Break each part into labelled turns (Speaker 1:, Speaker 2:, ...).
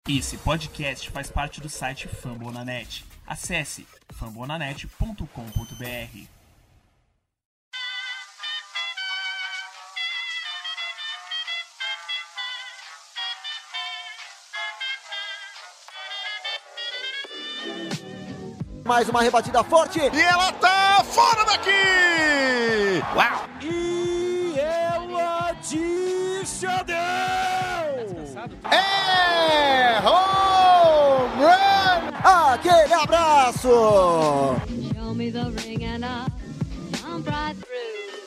Speaker 1: Esse podcast faz parte do site Fambonanet. Acesse fambonanet.com.br.
Speaker 2: Mais uma rebatida forte.
Speaker 3: E ela tá fora daqui!
Speaker 2: Uau! E ela disse adeus!
Speaker 3: É home run!
Speaker 2: Aquele abraço!
Speaker 4: Show me the ring and I'll jump right through.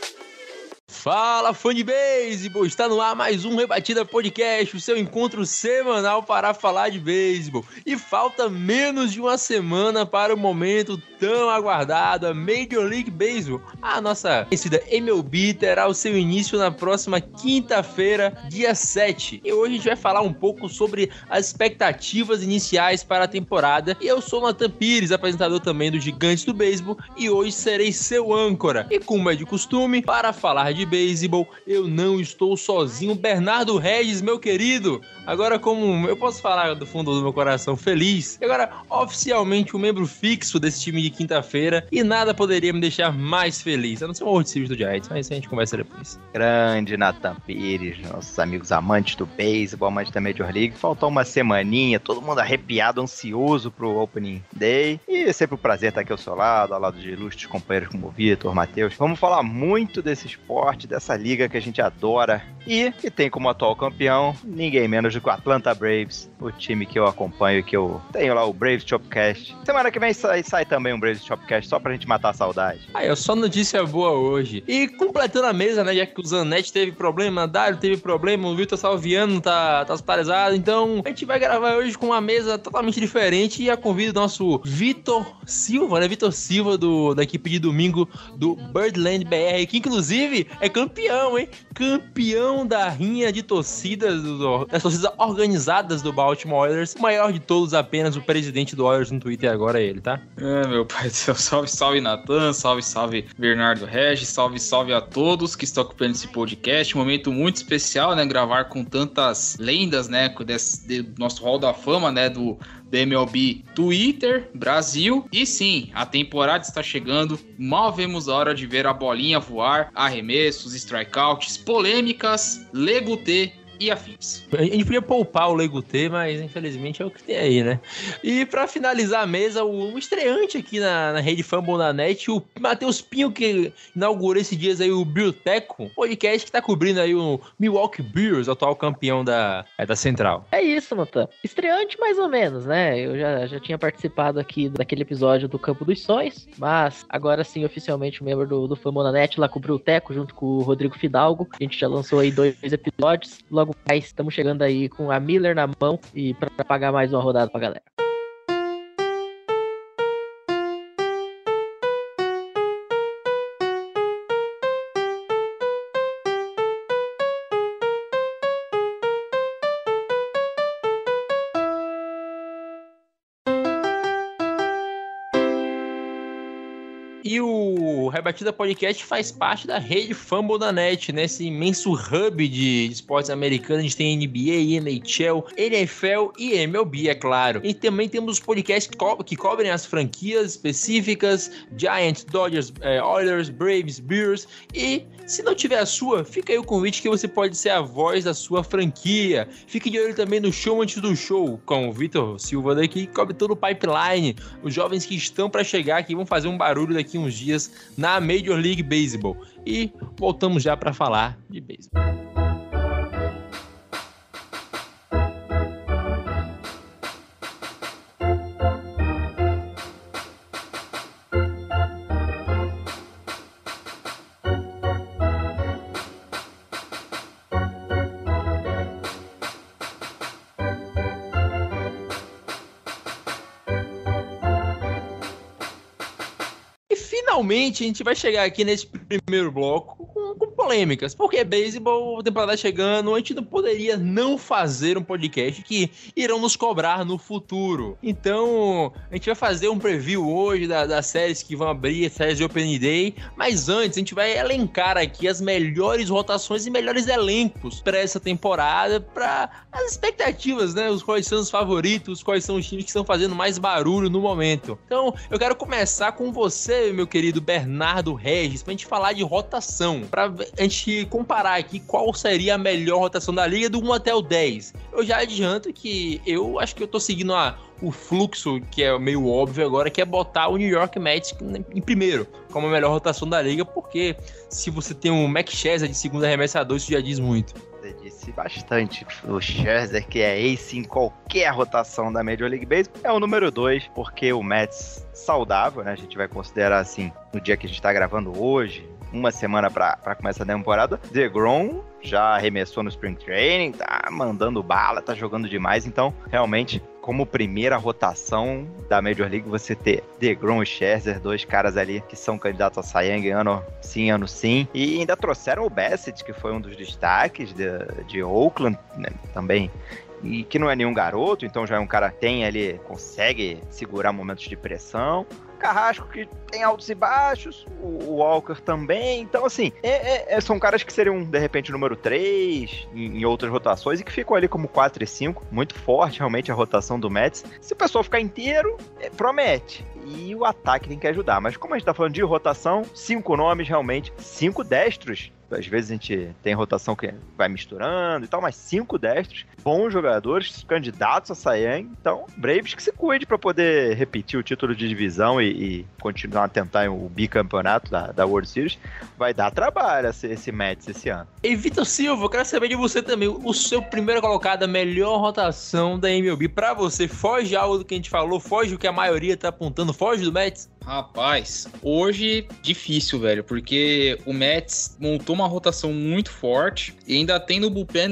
Speaker 5: Fala, fã de beisebol! Está no ar mais um Rebatida Podcast, o seu encontro semanal para falar de beisebol. E falta menos de uma semana para o momento tão aguardado, a Major League Baseball. A nossa conhecida MLB terá o seu início na próxima quinta-feira, dia 7. E hoje a gente vai falar um pouco sobre as expectativas iniciais para a temporada. E eu sou o Nathan Pires, apresentador também do Gigantes do Beisebol, e hoje serei seu âncora. E como é de costume, para falar de beisebol, eu não estou sozinho. Bernardo Regis, meu querido, agora como eu posso falar do fundo do meu coração, feliz, e agora oficialmente um membro fixo desse time de quinta-feira, e nada poderia me deixar mais feliz, a não ser um World Series do Giants, mas a gente conversa depois.
Speaker 6: Grande Nathan Pires, nossos amigos amantes do beisebol, amantes da Major League. Faltou uma semaninha, todo mundo arrepiado, ansioso pro Opening Day, e é sempre um prazer estar aqui ao seu lado, ao lado de ilustres companheiros como o Vitor, Matheus. Vamos falar muito desse esporte, dessa liga que a gente adora e que tem como atual campeão ninguém menos do que o Atlanta Braves, o time que eu acompanho, que eu tenho lá o Braves Chopcast. Semana que vem sai também um Braves Chopcast só pra gente matar a saudade.
Speaker 5: Aí, só notícia boa hoje. E completando a mesa, né, já que o Zanetti teve problema, o Dário teve problema, o Vitor Salviano tá hospitalizado, então a gente vai gravar hoje com uma mesa totalmente diferente e a convite do nosso Vitor Silva, né, Vitor Silva da equipe de domingo do Birdland BR, que inclusive é campeão, hein? Campeão da rinha de torcidas, das torcidas organizadas do Baltimore Oilers. O maior de todos, apenas o presidente do Oilers no Twitter, agora é ele, tá?
Speaker 7: Meu pai do céu, salve Nathan, salve Bernardo Regis, salve a todos que estão acompanhando esse podcast. Um momento muito especial, né? Gravar com tantas lendas, né? Do nosso Hall da Fama, né? Do MLB Twitter, Brasil. E sim, a temporada está chegando. Mal vemos a hora de ver a bolinha voar, arremessos, strikeouts, polêmicas, Legutê e afins.
Speaker 5: A gente podia poupar o Legutê, mas infelizmente é o que tem aí, né? E pra finalizar a mesa, um estreante aqui na rede Fambonanet, o Matheus Pinho, que inaugurou esses dias aí o Brewteco, podcast que tá cobrindo aí o Milwaukee Brewers, atual campeão da Central.
Speaker 8: É isso, Nathan. Estreante mais ou menos, né? Eu já tinha participado aqui daquele episódio do Campo dos Sonhos, mas agora sim, oficialmente membro do Fambonanet, lá com o Brewteco, junto com o Rodrigo Fidalgo. A gente já lançou aí 2 episódios, logo mais estamos chegando aí com a Miller na mão e pra pagar mais uma rodada pra galera.
Speaker 5: E o Rebatida Podcast faz parte da rede Fambonanet, né? Esse imenso hub de esportes americanos. A gente tem NBA, NHL, NFL e MLB, é claro. E também temos podcasts que cobrem as franquias específicas: Giants, Dodgers, Oilers, Braves, Bears. E se não tiver a sua, fica aí o convite que você pode ser a voz da sua franquia. Fique de olho também no Show Antes do Show, com o Vitor Silva daqui, que cobre todo o pipeline. Os jovens que estão para chegar aqui vão fazer um barulho daqui uns dias na Major League Baseball. E voltamos já para falar de beisebol. Finalmente a gente vai chegar aqui nesse primeiro bloco com polêmicas, porque beisebol, temporada chegando, a gente não poderia não fazer um podcast que irão nos cobrar no futuro. Então, a gente vai fazer um preview hoje das séries que vão abrir, as séries de Opening Day, mas antes a gente vai elencar aqui as melhores rotações e melhores elencos para essa temporada, para as expectativas, né? Quais são os favoritos, quais são os times que estão fazendo mais barulho no momento. Então, eu quero começar com você, meu querido Bernardo Regis, pra gente falar de rotação, pra a gente comparar aqui qual seria a melhor rotação da liga do 1 até o 10. Eu já adianto que eu acho que eu tô seguindo o fluxo, que é meio óbvio agora, que é botar o New York Mets em primeiro, como a melhor rotação da liga, porque se você tem um Max Scherzer de segundo arremessador, isso já diz muito.
Speaker 6: Você disse bastante. O Scherzer, que é ace em qualquer rotação da Major League Baseball, é o número 2, porque o Mets saudável, né? A gente vai considerar assim, no dia que a gente tá gravando hoje, uma semana pra começar a temporada. DeGrom já arremessou no Spring Training, tá mandando bala, tá jogando demais, então realmente, como primeira rotação da Major League, você ter DeGrom e Scherzer, 2 caras ali que são candidatos a Cy Young ano sim. E ainda trouxeram o Bassett, que foi um dos destaques de Oakland, né, também. E que não é nenhum garoto, então já é um cara que tem ali, consegue segurar momentos de pressão. Carrasco, que tem altos e baixos, o Walker também, então assim, são caras que seriam, de repente, número 3 em outras rotações e que ficam ali como 4 e 5, muito forte realmente a rotação do Mets. Se o pessoal ficar inteiro, promete, e o ataque tem que ajudar, mas como a gente tá falando de rotação, 5 nomes realmente, 5 destros. Às vezes a gente tem rotação que vai misturando e tal, mas 5 destros, bons jogadores, candidatos a Cy Young. Então, Braves que se cuide para poder repetir o título de divisão e continuar a tentar o bicampeonato da World Series. Vai dar trabalho esse Mets esse ano.
Speaker 5: E Vitor Silva, eu quero saber de você também, o seu primeiro colocado, a melhor rotação da MLB para você, foge algo do que a gente falou, foge o que a maioria tá apontando, foge do Mets?
Speaker 7: Rapaz, hoje difícil, velho, porque o Mets montou uma rotação muito forte e ainda tem no bullpen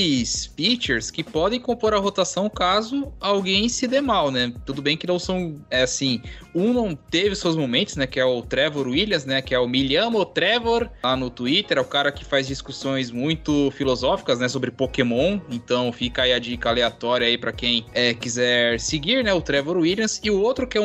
Speaker 7: 2 pitchers que podem compor a rotação caso alguém se dê mal, né? Tudo bem que não são, assim, um não teve seus momentos, né, que é o Trevor Williams, né, que é o Me Llamo Trevor, lá no Twitter, é o cara que faz discussões muito filosóficas, né, sobre Pokémon, então fica aí a dica aleatória aí pra quem quiser seguir, né, o Trevor Williams, e o outro que é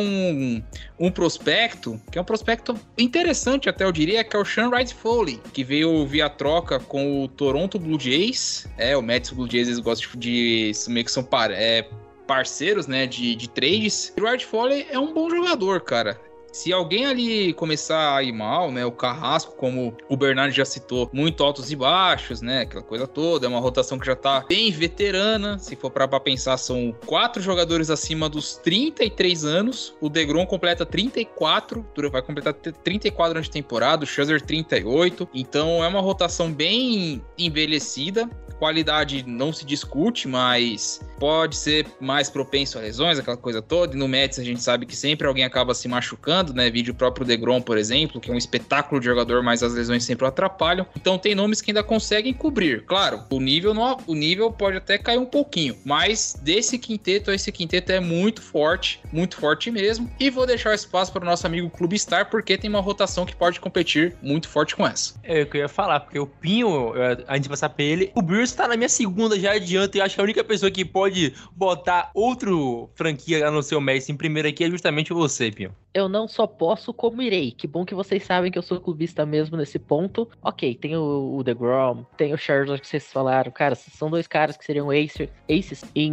Speaker 7: um prospecto, que é um prospecto interessante até eu diria, que é o Sean Wright Foley, que veio via troca com o Toronto Blue Jays, o Mets e o Blue Jays eles gostam de meio que são parceiros, né, de trades. O Wright Foley é um bom jogador, cara. Se alguém ali começar a ir mal, né, o Carrasco, como o Bernardo já citou, muito altos e baixos, né, aquela coisa toda, é uma rotação que já tá bem veterana, se for pra pensar, são 4 jogadores acima dos 33 anos, o DeGrom completa 34, vai completar 34 durante a temporada, o Scherzer 38, então é uma rotação bem envelhecida, qualidade não se discute, mas pode ser mais propenso a lesões, aquela coisa toda, e no Mets a gente sabe que sempre alguém acaba se machucando, né, vídeo próprio DeGrom, por exemplo, que é um espetáculo de jogador, mas as lesões sempre o atrapalham, então tem nomes que ainda conseguem cobrir, claro, o nível pode até cair um pouquinho, mas desse quinteto, esse quinteto é muito forte mesmo, e vou deixar o espaço para o nosso amigo Clube Star, porque tem uma rotação que pode competir muito forte com essa.
Speaker 5: É o que eu ia falar, porque o Pinho, antes de passar pra ele, o Brewers tá na minha segunda já adianta, e eu acho que a única pessoa que pode botar outro franquia a não ser o Messi em primeiro aqui é justamente você, Pinho.
Speaker 8: Eu não só posso, como irei. Que bom que vocês sabem que eu sou clubista mesmo nesse ponto. Ok, tem o DeGrom, tem o Scherzer que vocês falaram. Cara, são 2 caras que seriam aces em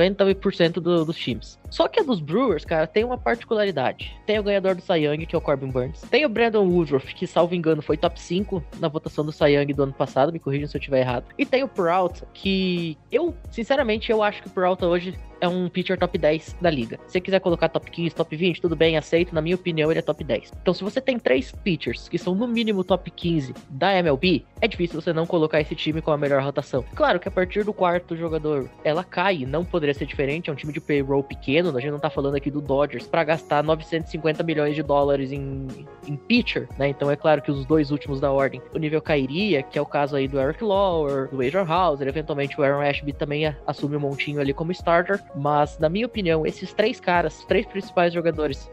Speaker 8: 90% dos times. Só que a dos Brewers, cara, tem uma particularidade. Tem o ganhador do Cy Young, que é o Corbin Burns. Tem o Brandon Woodruff, que, salvo engano, foi top 5 na votação do Cy Young do ano passado. Me corrijam se eu estiver errado. E tem o Peralta, que sinceramente, eu acho que o Peralta hoje é um pitcher top 10 da liga. Se você quiser colocar top 15, top 20, tudo bem, aceito. Na minha opinião, ele é top 10. Então, se você tem 3 pitchers que são no mínimo top 15 da MLB, é difícil você não colocar esse time com a melhor rotação. Claro que a partir do 4º jogador, ela cai, não poderia ser diferente, é um time de payroll pequeno, a gente não tá falando aqui do Dodgers, pra gastar 950 milhões de dólares em pitcher, né? Então é claro que os 2 últimos da ordem, o nível cairia, que é o caso aí do Eric Lauer, do Adrian Houser, eventualmente o Aaron Ashby também assume um montinho ali como starter, mas na minha opinião, esses 3 caras, os 3 principais jogadores da rotação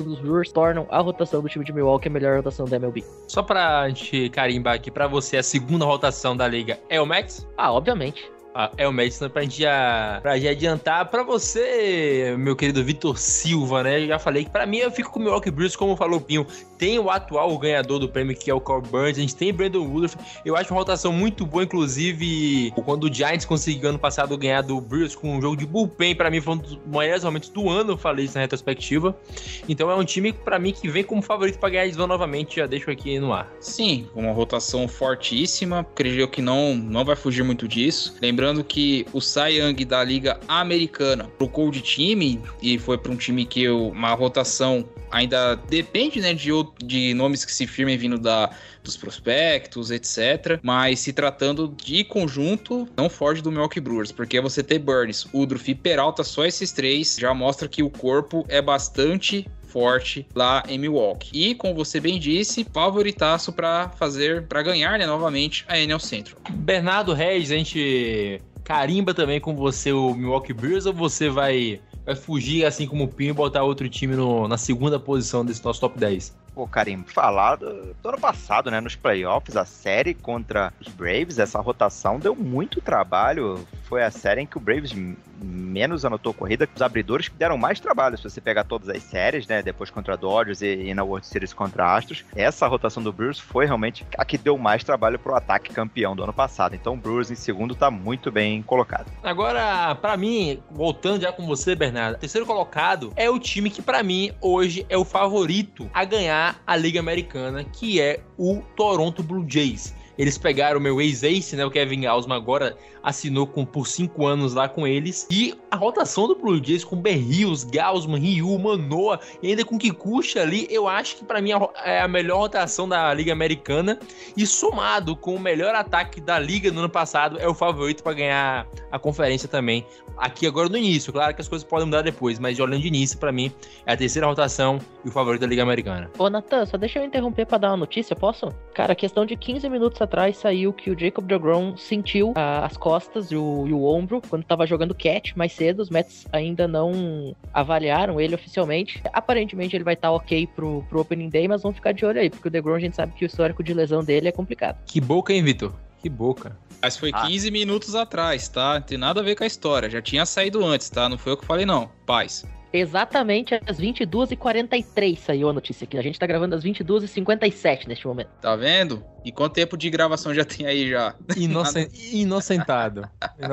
Speaker 8: rotação dos Brewers tornam a rotação do time de Milwaukee a melhor rotação da MLB.
Speaker 5: Só pra gente carimbar aqui, pra você, a segunda rotação da liga é o Mets?
Speaker 8: Obviamente.
Speaker 5: É o Mets, pra gente já adiantar. Pra você, meu querido Vitor Silva, né? Eu já falei que pra mim eu fico com o Milwaukee Brewers, como falou o Pinho. Tem o atual ganhador do prêmio, que é o Corbin Burns. A gente tem Brandon Woodruff. Eu acho uma rotação muito boa, inclusive, quando o Giants conseguiu ano passado ganhar do Brewers com um jogo de bullpen, pra mim foi um dos maiores momentos do ano, eu falei isso na retrospectiva. Então é um time, pra mim, que vem como favorito pra ganhar a divisão novamente. Já deixo aqui no ar.
Speaker 7: Sim, uma rotação fortíssima. Acredito que não vai fugir muito disso. Lembrando que o Cy Young da Liga Americana trocou de time e foi para um time que uma rotação ainda depende, né, de nomes que se firmem vindo dos prospectos, etc. Mas se tratando de conjunto, não foge do Milwaukee Brewers, porque você ter Burns, Woodruff e Peralta, só esses três, já mostra que o corpo é bastante forte lá em Milwaukee. E, como você bem disse, favoritaço para ganhar, né, novamente a NL Central.
Speaker 5: Bernardo Reis, a gente carimba também com você o Milwaukee Brewers, ou você vai fugir, assim como o Pinho, e botar outro time na segunda posição desse nosso top 10?
Speaker 6: Pô, Karim, falar do ano passado, né, nos playoffs, a série contra os Braves, essa rotação deu muito trabalho. Foi a série em que o Braves menos anotou corrida, os abridores deram mais trabalho, se você pegar todas as séries, né, depois contra Dodgers e na World Series contra Astros. Essa rotação do Brewers foi realmente a que deu mais trabalho pro ataque campeão do ano passado. Então o Brewers em segundo tá muito bem colocado.
Speaker 5: Agora, pra mim, voltando já com você, Bernardo, o terceiro colocado é o time que pra mim hoje é o favorito a ganhar a Liga Americana, que é o Toronto Blue Jays. Eles pegaram o meu ex-ace, né? O Kevin Gausman agora assinou por 5 anos lá com eles. E a rotação do Blue Jays com Berrios, Gausman, Ryu, Manoah e ainda com Kikuchi ali, eu acho que pra mim é a melhor rotação da Liga Americana. E somado com o melhor ataque da Liga no ano passado, é o favorito pra ganhar a conferência também. Aqui agora no início, claro que as coisas podem mudar depois, mas olhando de início, pra mim, é a terceira rotação e o favorito da Liga Americana.
Speaker 8: Ô, Nathan, só deixa eu interromper pra dar uma notícia, posso? Cara, questão de 15 minutos atrás saiu que o Jacob deGrom sentiu as costas e o ombro quando tava jogando catch mais cedo. Os Mets ainda não avaliaram ele oficialmente. Aparentemente ele vai estar ok pro Opening Day, mas vamos ficar de olho aí, porque o deGrom a gente sabe que o histórico de lesão dele é complicado.
Speaker 5: Que boca, hein, Vitor? Que boca.
Speaker 7: Mas foi 15 minutos atrás, tá? Não tem nada a ver com a história. Já tinha saído antes, tá? Não foi eu que falei, não. Paz.
Speaker 8: Exatamente às 22h43 saiu a notícia aqui. A gente tá gravando às 22h57 neste momento.
Speaker 7: Tá vendo? E quanto tempo de gravação já tem aí já?
Speaker 5: Inocentado.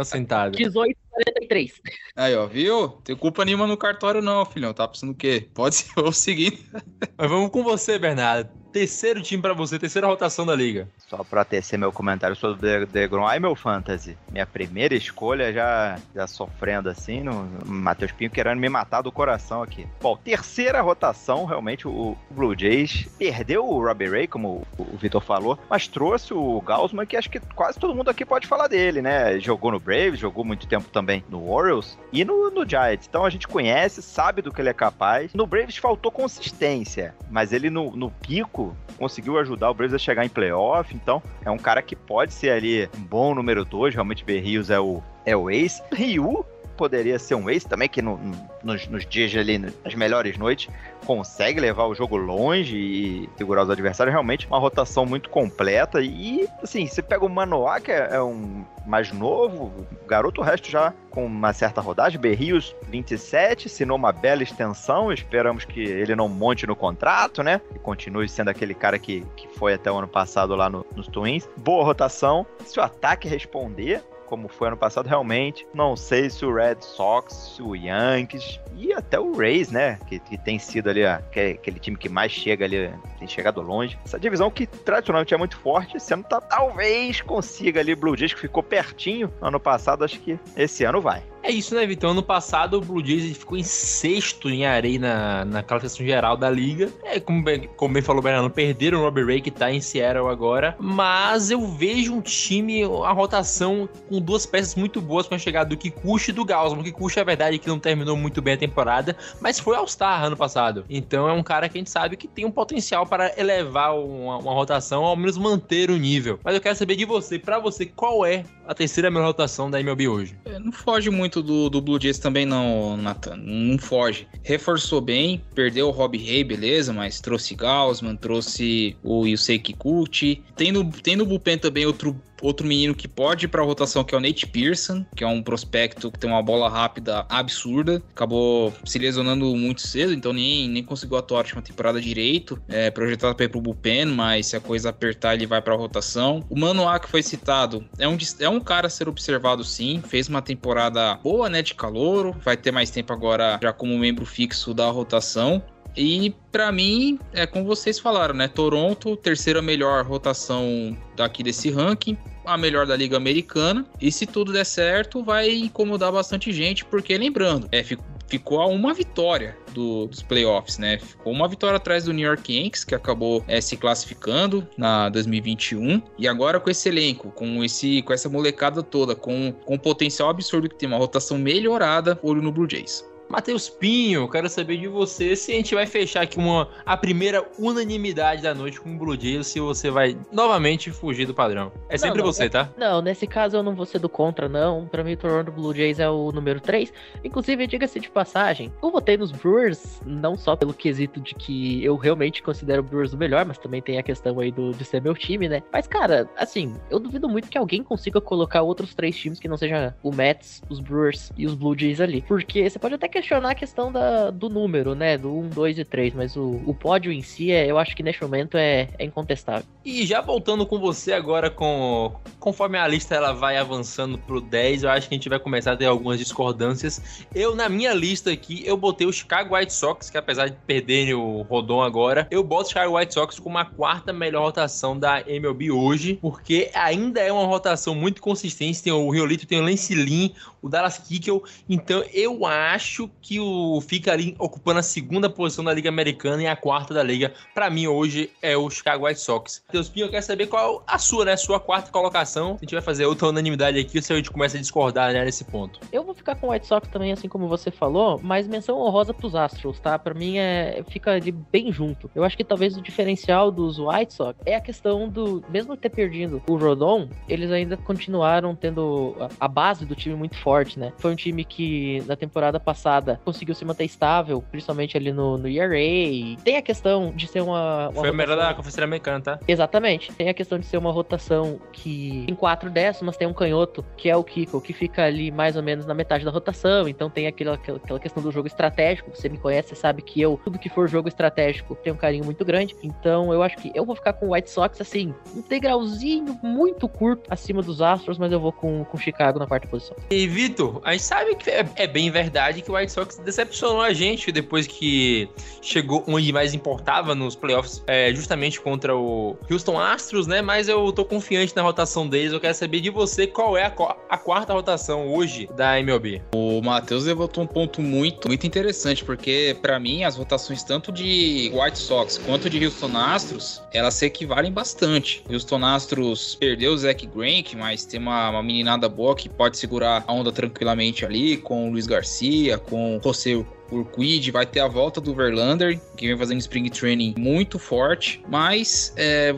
Speaker 8: 18h43.
Speaker 7: Aí, ó, viu? Tem culpa nenhuma no cartório não, filhão. Tá pensando o quê? Pode ser o seguinte.
Speaker 5: Mas vamos com você, Bernardo. Terceiro time pra você, terceira rotação da liga.
Speaker 6: Só pra tecer meu comentário sobre o deGrom. Ai, meu fantasy. Minha primeira escolha já sofrendo assim, no Matheus Pinho querendo me matar do coração aqui. Bom, terceira rotação, realmente o Blue Jays perdeu o Robbie Ray, como o Vitor falou, mas trouxe o Gausman, que acho que quase todo mundo aqui pode falar dele, né? Jogou no Braves, jogou muito tempo também no Orioles e no Giants. Então a gente conhece, sabe do que ele é capaz. No Braves faltou consistência, mas ele no pico conseguiu ajudar o Braves a chegar em playoff, então é um cara que pode ser ali um bom número 2, realmente Berrios é o ace. Ryu poderia ser um ace também, que nos dias ali, nas melhores noites, consegue levar o jogo longe e segurar os adversários. Realmente uma rotação muito completa. E assim, você pega o Manoah, que é um mais novo garoto, o resto já com uma certa rodagem. Berrios 27, assinou uma bela extensão, esperamos que ele não monte no contrato, né, e continue sendo aquele cara que foi até o ano passado lá nos Twins. Boa rotação, se o ataque responder como foi ano passado, realmente não sei se o Red Sox, se o Yankees e até o Rays, né, que tem sido ali aquele time que mais chega ali, tem chegado longe. Essa divisão que tradicionalmente é muito forte, esse ano talvez consiga ali. Blue Jays, que ficou pertinho ano passado, acho que esse ano vai.
Speaker 5: É isso, né, Vitor? Ano passado o Blue Jays ficou em sexto em areia na classificação geral da liga. Como bem falou o Bernardo, perderam o Robbie Ray, que tá em Seattle agora. Mas eu vejo um time, a rotação com duas peças muito boas com a chegada do Kikuchi e do Gausman. O Kikuchi, é verdade, que não terminou muito bem a temporada, mas foi All-Star ano passado. Então é um cara que a gente sabe que tem um potencial para elevar uma rotação, ou ao menos manter o nível. Mas eu quero saber de você, pra você, qual é a terceira melhor rotação da MLB hoje?
Speaker 7: Não foge muito muito do Blue Jays também não, Nathan. Não foge. Reforçou bem, perdeu o Robbie Ray, beleza, mas trouxe Gausman, trouxe o Yusei Kikuchi. Tem no bullpen também outro menino que pode ir pra rotação, que é o Nate Pearson, que é um prospecto que tem uma bola rápida absurda. Acabou se lesionando muito cedo, então nem conseguiu atuar a última temporada direito. Projetado pra ir pro bullpen, mas se a coisa apertar, ele vai pra rotação. O Manoah, que foi citado, é um cara a ser observado, sim. Fez uma temporada boa, né, de calouro. Vai ter mais tempo agora já como membro fixo da rotação. E pra mim, é como vocês falaram, né? Toronto, terceira melhor rotação daqui desse ranking, a melhor da Liga Americana. E se tudo der certo, vai incomodar bastante gente, porque lembrando, ficou a uma vitória dos playoffs, né? Ficou uma vitória atrás do New York Yankees, que acabou se classificando na 2021. E agora com esse elenco, com essa molecada toda, com o potencial absurdo que tem, uma rotação melhorada, olho no Blue Jays.
Speaker 5: Matheus Pinho, quero saber de você se a gente vai fechar aqui a primeira unanimidade da noite com o Blue Jays, se você vai novamente fugir do padrão. É sempre você, tá?
Speaker 8: Não, nesse caso eu não vou ser do contra, não. Pra mim o Toronto Blue Jays é o número 3. Inclusive, diga-se de passagem, eu votei nos Brewers, não só pelo quesito de que eu realmente considero o Brewers o melhor, mas também tem a questão aí de ser meu time, né? Mas, cara, assim, eu duvido muito que alguém consiga colocar outros 3 times que não seja o Mets, os Brewers e os Blue Jays ali. Porque você pode até questionar a questão do número, né? Do 1, 2 e 3, mas o pódio em si, eu acho que neste momento é incontestável.
Speaker 5: E já voltando com você agora, conforme a lista ela vai avançando pro 10, eu acho que a gente vai começar a ter algumas discordâncias. Na minha lista aqui, eu botei o Chicago White Sox, que apesar de perderem o Rodon agora, eu boto o Chicago White Sox como a 4ª melhor rotação da MLB hoje, porque ainda é uma rotação muito consistente. Tem o Riolito, tem o Lance Lynn, o Dallas Keuchel, então eu acho que fica ali ocupando a 2ª posição da Liga Americana e a 4ª da Liga. Pra mim hoje é o Chicago White Sox. Matheus Pinho, eu quero saber qual a sua, né? Sua 4ª colocação. Se a gente vai fazer outra unanimidade aqui, ou se a gente começa a discordar, né, nesse ponto.
Speaker 8: Eu vou ficar com o White Sox também, assim como você falou, mas menção honrosa pros Astros, tá? Pra mim fica ali bem junto. Eu acho que talvez o diferencial dos White Sox é a questão mesmo ter perdido o Rodon, eles ainda continuaram tendo a base do time muito forte, né? Foi um time que na temporada passada conseguiu se manter estável, principalmente ali no ERA. Tem a questão de ser uma
Speaker 5: foi a melhor da Conferência Americana, tá?
Speaker 8: Exatamente. Tem a questão de ser uma rotação que em 4 décimas tem um canhoto, que é o Kiko, que fica ali mais ou menos na metade da rotação. Então tem aquela questão do jogo estratégico. Você me conhece, você sabe que tudo que for jogo estratégico, tem um carinho muito grande. Então eu acho que eu vou ficar com o White Sox, assim, um degrauzinho muito curto acima dos Astros, mas eu vou com Chicago na 4ª posição.
Speaker 5: E Vitor, a gente sabe que é bem verdade que o White Sox decepcionou a gente depois que chegou onde mais importava nos playoffs, justamente contra o Houston Astros, né? Mas eu tô confiante na rotação deles. Eu quero saber de você qual é a 4ª rotação hoje da MLB.
Speaker 7: O Matheus levantou um ponto muito interessante, porque pra mim as rotações tanto de White Sox quanto de Houston Astros, elas se equivalem bastante. Houston Astros perdeu o Zach Greinke, mas tem uma meninada boa que pode segurar a onda tranquilamente ali, com o Luiz Garcia, com o José Urquidy, vai ter a volta do Verlander, que vem fazendo Spring Training muito forte, mas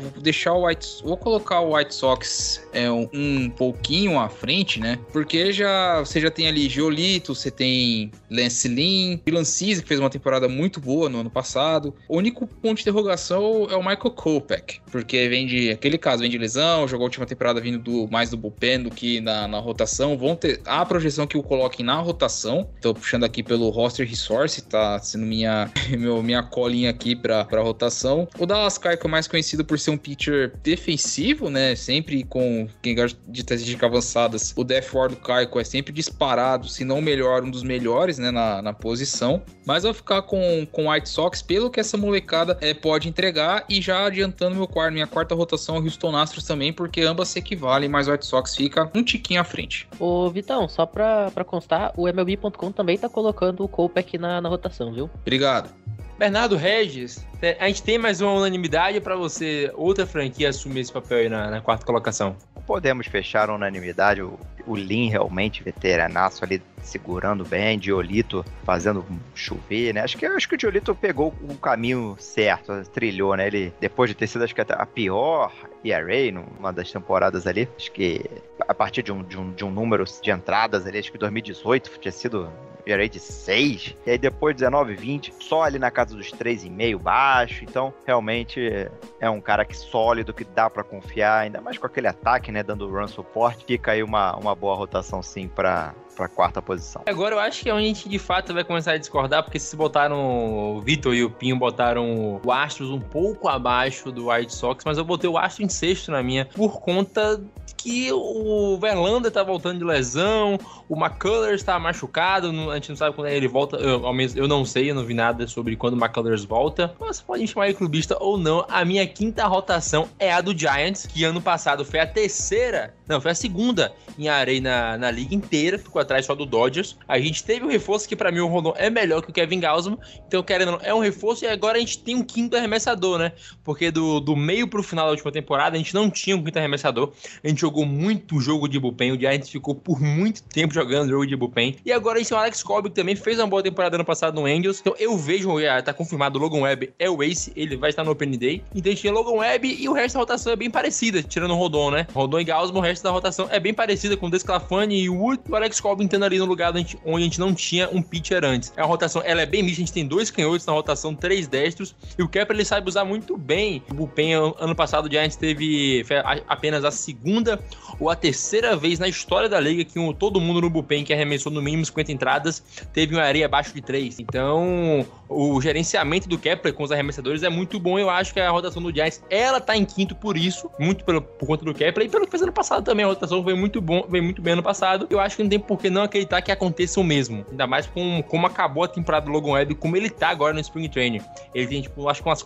Speaker 7: vou colocar o White Sox um pouquinho à frente, né? Porque você já tem ali Giolito, você tem Lance Lynn, Dylan Cease, que fez uma temporada muito boa no ano passado. O único ponto de interrogação é o Michael Kopech, porque vem de lesão, jogou a última temporada vindo mais do bullpen do que na rotação. Vão ter a projeção que o coloquem na rotação. Tô puxando aqui pelo roster Source, tá sendo minha colinha aqui pra rotação. O Dallas Keuchel é mais conhecido por ser um pitcher defensivo, né? Sempre com quem gosta de estatísticas avançadas, o Death War do Keuchel é sempre disparado, se não o melhor, um dos melhores, né? Na posição. Mas eu vou ficar com o White Sox pelo que essa molecada pode entregar, e já adiantando minha 4ª rotação, o Houston Astros também, porque ambas se equivalem, mas o White Sox fica um tiquinho à frente.
Speaker 8: Ô Vitão, só pra constar, o MLB.com também tá colocando o Kopech aqui na rotação, viu?
Speaker 7: Obrigado.
Speaker 5: Bernardo Regis, a gente tem mais uma unanimidade para você, outra franquia assumir esse papel aí na 4ª colocação?
Speaker 6: Podemos fechar a unanimidade. o Lin realmente veteranaço ali, segurando bem, Giolito fazendo chover, né? Acho que o Giolito pegou o caminho certo, trilhou, né? Ele, depois de ter sido, acho que até a pior ERA numa das temporadas ali, acho que a partir de um número de entradas ali, acho que 2018 tinha sido ERA de 6, e aí depois 19, 20, só ali na casa dos 3,5 baixo, então realmente é um cara que sólido, que dá pra confiar, ainda mais com aquele ataque, né, dando run support, fica aí uma boa rotação sim pra quarta posição.
Speaker 5: Agora eu acho que é onde a gente de fato vai começar a discordar, porque se botaram o Vitor e o Pinho botaram o Astros um pouco abaixo do White Sox, mas eu botei o Astros em sexto na minha, por conta que o Verlander tá voltando de lesão, o McCullers tá machucado, a gente não sabe quando ele volta, eu não sei, eu não vi nada sobre quando o McCullers volta, mas pode me chamar de clubista ou não. A minha quinta rotação é a do Giants, que ano passado foi a segunda em areia na liga inteira, ficou atrás só do Dodgers. A gente teve um reforço que pra mim o Rondon é melhor que o Kevin Gausman, então querendo ou não, é um reforço, e agora a gente tem um quinto arremessador, né? Porque do meio pro final da última temporada a gente não tinha um quinto arremessador, a gente jogou muito jogo de bullpen, o Giants ficou por muito tempo jogando jogo de bullpen, e agora a gente tem o Alex Cobb, que também fez uma boa temporada ano passado no Angels, então eu vejo, tá confirmado, o Logan Webb é o ace, ele vai estar no Opening Day, então a gente tem o Logan Webb e o resto da rotação é bem parecida, tirando o Rondon, né? Rondon e Gausman, o resto da rotação é bem parecida com o Desclafani e o Wood, e o Alex Cobb entrando ali no lugar onde a gente não tinha um pitcher antes. A rotação, ela é bem mista, a gente tem 2 canhotos na rotação, 3 destros, e o Kepler ele sabe usar muito bem o bullpen. Ano passado o Giants teve apenas a segunda ou a terceira vez na história da liga que todo mundo no bullpen que arremessou no mínimo 50 entradas teve uma areia abaixo de 3. Então, o gerenciamento do Kepler com os arremessadores é muito bom. Eu acho que a rotação do Giants, ela tá em quinto por isso, muito por conta do Kepler, e pelo que fez ano passado também. A rotação veio muito bem ano passado. Eu acho que não tem por que não acreditar que aconteça o mesmo. Ainda mais com como acabou a temporada do Logan Webb, como ele tá agora no Spring Training. Ele tem, acho que umas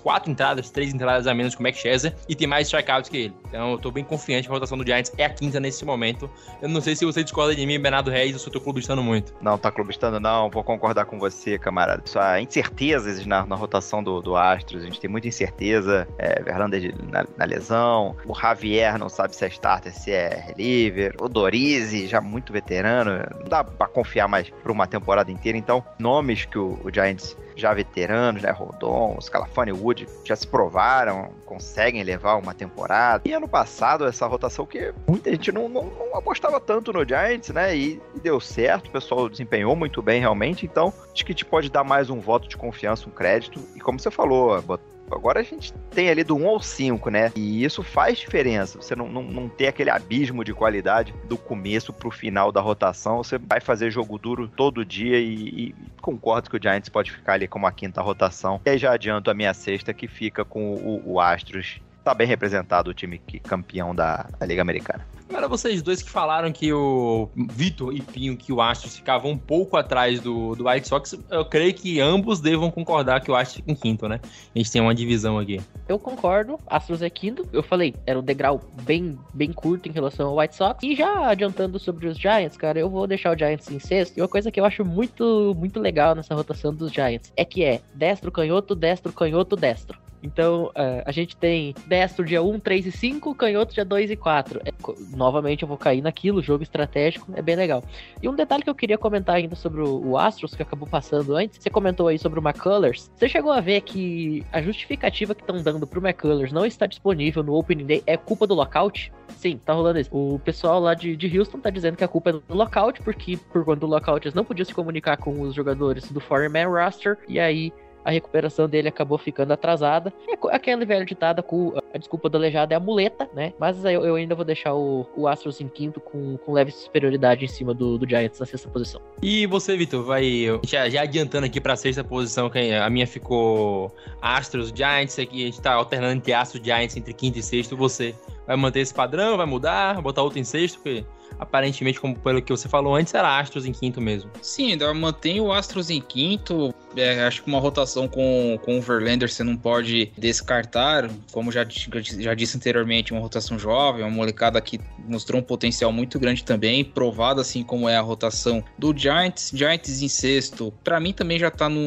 Speaker 5: 3 entradas a menos que o Max Scherzer e tem mais strikeouts que ele. Então eu tô bem confiante que a rotação do Giants é a quinta nesse momento. Eu não sei se você discorda de mim, Bernardo Reis, ou se eu tô clubistando muito.
Speaker 6: Não, tá clubistando não, vou concordar com você, camarada. Só há incertezas na rotação do Astros, a gente tem muita incerteza, Verlander na lesão, o Javier não sabe se é starter, se é reliever, o Dorizzi já muito veterano, não dá pra confiar mais por uma temporada inteira, então nomes que o Giants já veteranos, né, Rondon, Sclafani e Wood já se provaram, conseguem levar uma temporada. E ano passado, essa rotação que muita gente não apostava tanto no Giants, né, e deu certo, o pessoal desempenhou muito bem realmente, então acho que a gente pode dar mais um voto de confiança, um crédito, e como você falou, agora a gente tem ali do 1 ao 5, né? E isso faz diferença. Você não ter aquele abismo de qualidade do começo pro final da rotação. Você vai fazer jogo duro todo dia e concordo que o Giants pode ficar ali como a quinta rotação. E aí já adianto a minha sexta, que fica com o Astros. Tá bem representado o time campeão da Liga Americana.
Speaker 5: Agora vocês dois que falaram que o Vitor e Pinho, que o Astros ficava um pouco atrás do White Sox, eu creio que ambos devam concordar que o Astros fica em quinto, né? A gente tem uma divisão aqui.
Speaker 8: Eu concordo, Astros é quinto. Eu falei, era um degrau bem curto em relação ao White Sox. E já adiantando sobre os Giants, cara, eu vou deixar o Giants em sexto. E uma coisa que eu acho muito legal nessa rotação dos Giants é que é destro, canhoto, destro, canhoto, destro. Então, a gente tem destro dia 1, 3 e 5, canhoto dia 2 e 4. Novamente eu vou cair naquilo, jogo estratégico, é bem legal. E um detalhe que eu queria comentar ainda sobre o Astros, que acabou passando antes, você comentou aí sobre o McCullers. Você chegou a ver que a justificativa que estão dando pro McCullers não está disponível no Opening Day é culpa do lockout? Sim, tá rolando isso. O pessoal lá de Houston tá dizendo que a culpa é do lockout, porque por conta do lockout eles não podiam se comunicar com os jogadores do Foreign Man Roster, e aí a recuperação dele acabou ficando atrasada. Aquela velha ditada com a desculpa do aleijado é a muleta, né? Mas eu ainda vou deixar o Astros em quinto com leve superioridade em cima do Giants na sexta posição.
Speaker 5: E você, Vitor, já adiantando aqui pra sexta posição, que a minha ficou Astros, Giants, aqui a gente tá alternando entre Astros e Giants, entre quinto e sexto. Você vai manter esse padrão, vai mudar, botar outro em sexto, porque aparentemente, como pelo que você falou antes, era Astros em quinto mesmo.
Speaker 7: Sim, eu mantenho o Astros em quinto. Acho que uma rotação com o Verlander você não pode descartar. Como já disse anteriormente, uma rotação jovem, uma molecada que mostrou um potencial muito grande também, provado assim como é a rotação do Giants. Giants em sexto, pra mim também já tá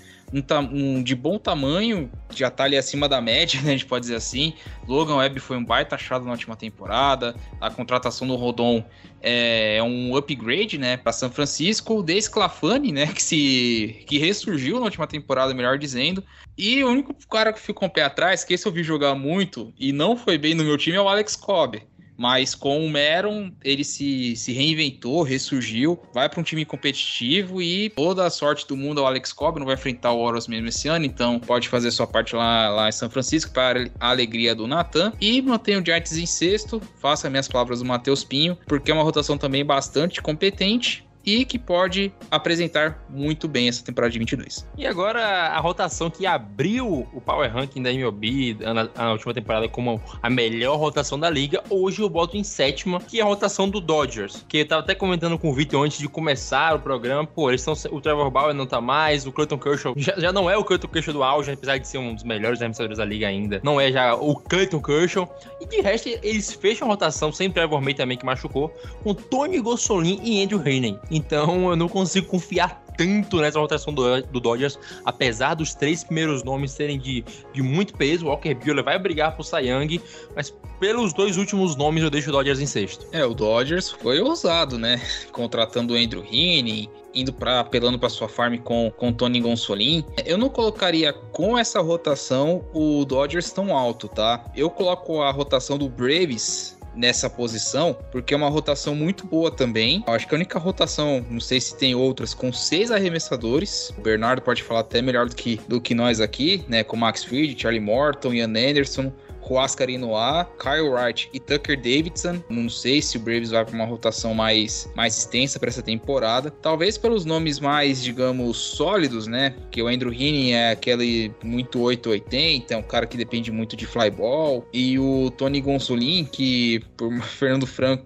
Speaker 7: de bom tamanho, já tá ali acima da média, né, a gente pode dizer assim. Logan Webb foi um baita achado na última temporada, a contratação do Rondon é um upgrade, né, para São Francisco, de Sclafani, né, que ressurgiu na última temporada, melhor dizendo. E o único cara que ficou um pé atrás, que esse eu vi jogar muito e não foi bem no meu time, é o Alex Cobb. Mas com o Meron, ele se reinventou, ressurgiu, vai para um time competitivo e toda a sorte do mundo ao Alex Cobb, não vai enfrentar o Orioles mesmo esse ano, então pode fazer sua parte lá em São Francisco para a alegria do Nathan. E mantenha o Giants em sexto, faça minhas palavras do Matheus Pinho, porque é uma rotação também bastante competente e que pode apresentar muito bem essa temporada de 22.
Speaker 5: E agora a rotação que abriu o Power Ranking da MLB na última temporada como a melhor rotação da liga, hoje eu boto em sétima, que é a rotação do Dodgers, que eu tava até comentando com o Vitor antes de começar o programa, pô, eles estão, o Trevor Bauer não tá mais, o Clayton Kershaw já não é o Clayton Kershaw do auge, apesar de ser um dos melhores arremessadores da liga ainda, não é já o Clayton Kershaw, e de resto eles fecham a rotação, sem Trevor May também que machucou, com Tony Gonsolin e Andrew Heaney. Então eu não consigo confiar tanto nessa rotação do Dodgers, apesar dos 3 primeiros nomes serem de muito peso. O Walker Buehler vai brigar pro Cy Young, mas pelos 2 últimos nomes eu deixo o Dodgers em sexto.
Speaker 7: O Dodgers foi ousado, né? Contratando o Andrew Heaney, apelando para sua farm com Tony Gonsolin. Eu não colocaria com essa rotação o Dodgers tão alto, tá? Eu coloco a rotação do Braves nessa posição, porque é uma rotação muito boa também. Eu acho que a única rotação, não sei se tem outras, com 6 arremessadores. O Bernardo pode falar até melhor do que nós aqui, né? Com Max Fried, Charlie Morton, Ian Anderson, Huascar Inoue, Kyle Wright e Tucker Davidson. Não sei se o Braves vai para uma rotação mais extensa para essa temporada. Talvez pelos nomes mais, digamos, sólidos, né? Porque o Andrew Heaney é aquele muito 880, é um cara que depende muito de fly ball. E o Tony Gonsolin, que por Fernando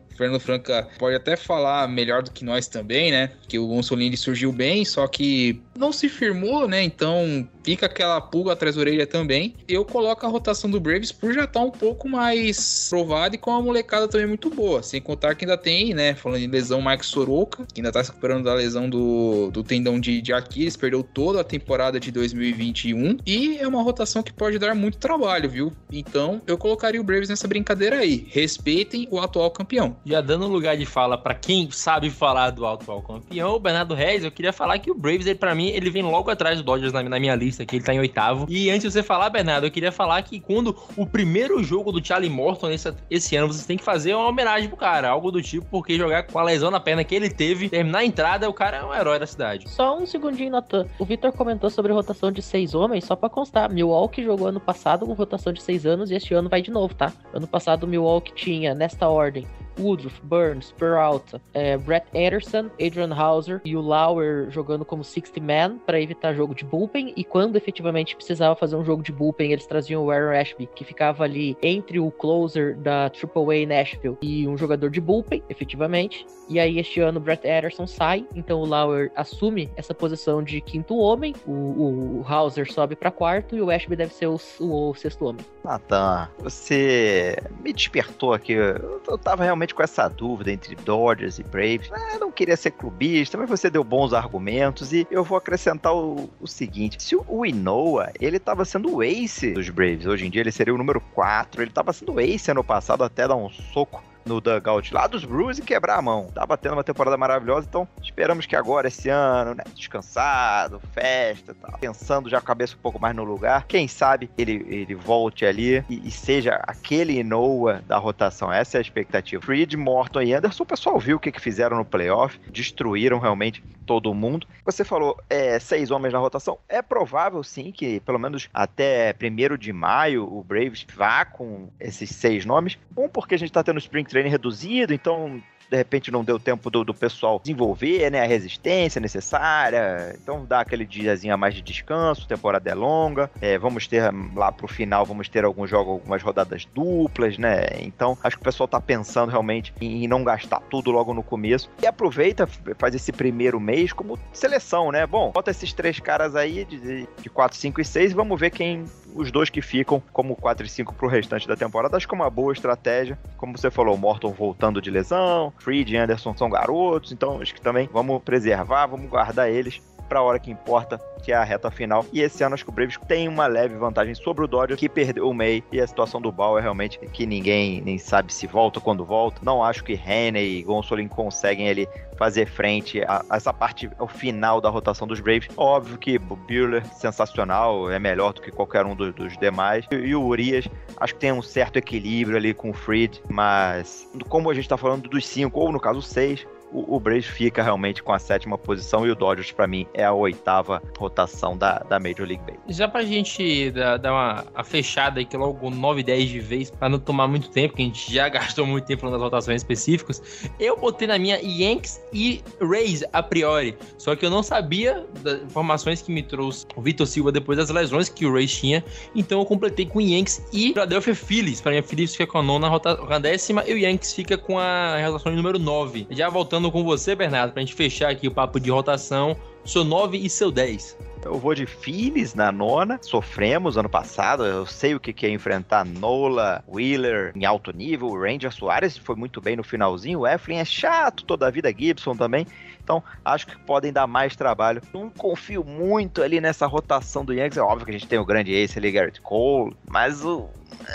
Speaker 7: Franca pode até falar melhor do que nós também, né? Que o Gonsolin ele surgiu bem, só que não se firmou, né? Então fica aquela pulga atrás da orelha também. Eu coloco a rotação do Braves por já estar um pouco mais provada e com uma molecada também muito boa. Sem contar que ainda tem, né? Falando em lesão, Mike Soroka, que ainda tá se recuperando da lesão do tendão de Aquiles, perdeu toda a temporada de 2021. E é uma rotação que pode dar muito trabalho, viu? Então eu colocaria o Braves nessa brincadeira aí. Respeitem o atual campeão.
Speaker 5: Já dando lugar de fala pra quem sabe falar do atual campeão, o Bernardo Reis, eu queria falar que o Braves, pra mim, ele vem logo atrás do Dodgers na minha lista, que ele tá em 8º. E antes de você falar, Bernardo, eu queria falar que quando o primeiro jogo do Charlie Morton esse ano, você tem que fazer uma homenagem pro cara, algo do tipo, porque jogar com a lesão na perna que ele teve, terminar a entrada, o cara é um herói da cidade.
Speaker 8: Só um segundinho, Nathan. O Vitor comentou sobre rotação de 6 homens, só pra constar, Milwaukee jogou ano passado com rotação de 6 anos e este ano vai de novo, tá? Ano passado o Milwaukee tinha, nesta ordem, Woodruff, Burns, Peralta, Brett Anderson, Adrian Hauser e o Lauer jogando como 60-man para evitar jogo de bullpen, e quando efetivamente precisava fazer um jogo de bullpen, eles traziam o Aaron Ashby, que ficava ali entre o closer da AAA Nashville e um jogador de bullpen, efetivamente. E aí este ano o Brett Anderson sai, então o Lauer assume essa posição de 5º homem, o Hauser sobe para 4º e o Ashby deve ser o 6º homem.
Speaker 6: Nathan, você me despertou aqui, eu tava realmente com essa dúvida entre Dodgers e Braves. Eu não queria ser clubista, mas você deu bons argumentos e eu vou acrescentar o seguinte: se o Inoue, ele tava sendo o ace dos Braves, hoje em dia ele seria o número 4, ele tava sendo o ace ano passado até dar um soco no dugout lá dos Brewers e quebrar a mão. Tava tendo uma temporada maravilhosa, então esperamos que agora, esse ano, né, descansado, festa e tal, pensando já a cabeça um pouco mais no lugar, quem sabe ele volte ali e seja aquele Inoue da rotação. Essa é a expectativa. Fried, Morton e Anderson, o pessoal viu o que fizeram no playoff, destruíram realmente todo mundo. Você falou 6 homens na rotação, é provável sim que pelo menos até 1º de maio o Braves vá com esses 6 nomes, porque a gente tá tendo Spring Training reduzido, então de repente não deu tempo do pessoal desenvolver, né, a resistência necessária, então dá aquele diazinho a mais de descanso, a temporada é longa, vamos ter lá pro final, vamos ter alguns jogos, algumas rodadas duplas, né, então acho que o pessoal tá pensando realmente em não gastar tudo logo no começo, e aproveita, faz esse primeiro mês como seleção, né, bom, bota esses 3 caras aí de 4, 5 e 6 e vamos ver os 2 que ficam como 4 e 5 pro restante da temporada. Acho que é uma boa estratégia, como você falou, o Morton voltando de lesão, Fried e Anderson são garotos, então acho que também vamos preservar, vamos guardar eles pra hora que importa, que é a reta final. E esse ano acho que o Braves tem uma leve vantagem sobre o Dodgers, que perdeu o May, e a situação do Bauer realmente que ninguém nem sabe se volta ou quando volta. Não acho que Haney e Gonsolin conseguem ali fazer frente a essa parte, ao final da rotação dos Braves. Óbvio que o Buehler, sensacional, é melhor do que qualquer um dos demais. E o Urias, acho que tem um certo equilíbrio ali com o Fried, mas como a gente tá falando dos 5, ou no caso 6, o Braves fica realmente com a 7ª posição e o Dodgers, pra mim, é a 8ª rotação da Major League Baseball.
Speaker 5: Já pra gente dar uma fechada aqui logo 9 e 10 de vez, pra não tomar muito tempo, que a gente já gastou muito tempo falando das rotações específicas, eu botei na minha Yankees e Rays a priori, só que eu não sabia das informações que me trouxe o Vitor Silva depois das lesões que o Rays tinha, então eu completei com Yankees e Philadelphia Phillies. Pra mim, a Phillies fica com a 10ª e o Yankees fica com a rotação número 9. Já voltando com você, Bernardo, pra gente fechar aqui o papo de rotação, seu 9 e seu 10.
Speaker 6: Eu vou de Phillies na 9ª. Sofremos ano passado. Eu sei o que é enfrentar Nola, Wheeler em alto nível. O Ranger Suárez foi muito bem no finalzinho. O Eflin é chato toda a vida. Gibson também. Então, acho que podem dar mais trabalho. Não confio muito ali nessa rotação do Yankees. É óbvio que a gente tem o grande ace ali, Garrett Cole. Mas o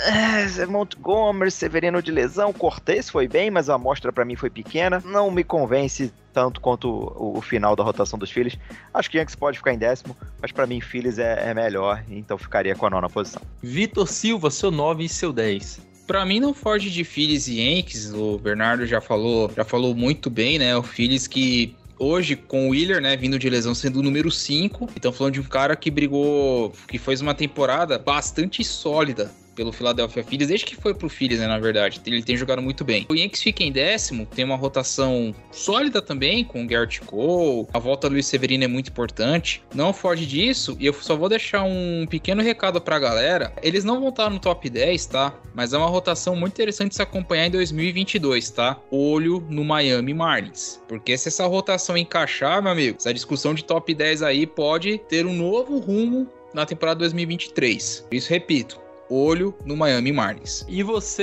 Speaker 6: Montgomery, Severino de lesão. Cortez foi bem, mas a amostra pra mim foi pequena. Não me convence tanto quanto o final da rotação dos Phillies. Acho que Yankees pode ficar em 10º, mas pra mim Phillies é melhor, então ficaria com a 9ª posição.
Speaker 5: Vitor Silva, seu 9 e seu 10.
Speaker 7: Pra mim não foge de Phillies e Yankees, o Bernardo já falou muito bem, né? O Phillies que hoje, com o Wheeler, né, vindo de lesão, sendo o número 5, então falando de um cara que brigou, que fez uma temporada bastante sólida pelo Philadelphia Phillies, desde que foi pro Phillies, né, na verdade. Ele tem jogado muito bem. O Yankees fica em 10º, tem uma rotação sólida também, com o Garrett Cole, a volta do Luiz Severino é muito importante. Não foge disso, e eu só vou deixar um pequeno recado pra galera. Eles não vão estar no top 10, tá? Mas é uma rotação muito interessante de se acompanhar em 2022, tá? Olho no Miami Marlins. Porque se essa rotação encaixar, meu amigo, essa discussão de top 10 aí pode ter um novo rumo na temporada 2023. Por isso, repito, olho no Miami Marlins.
Speaker 5: E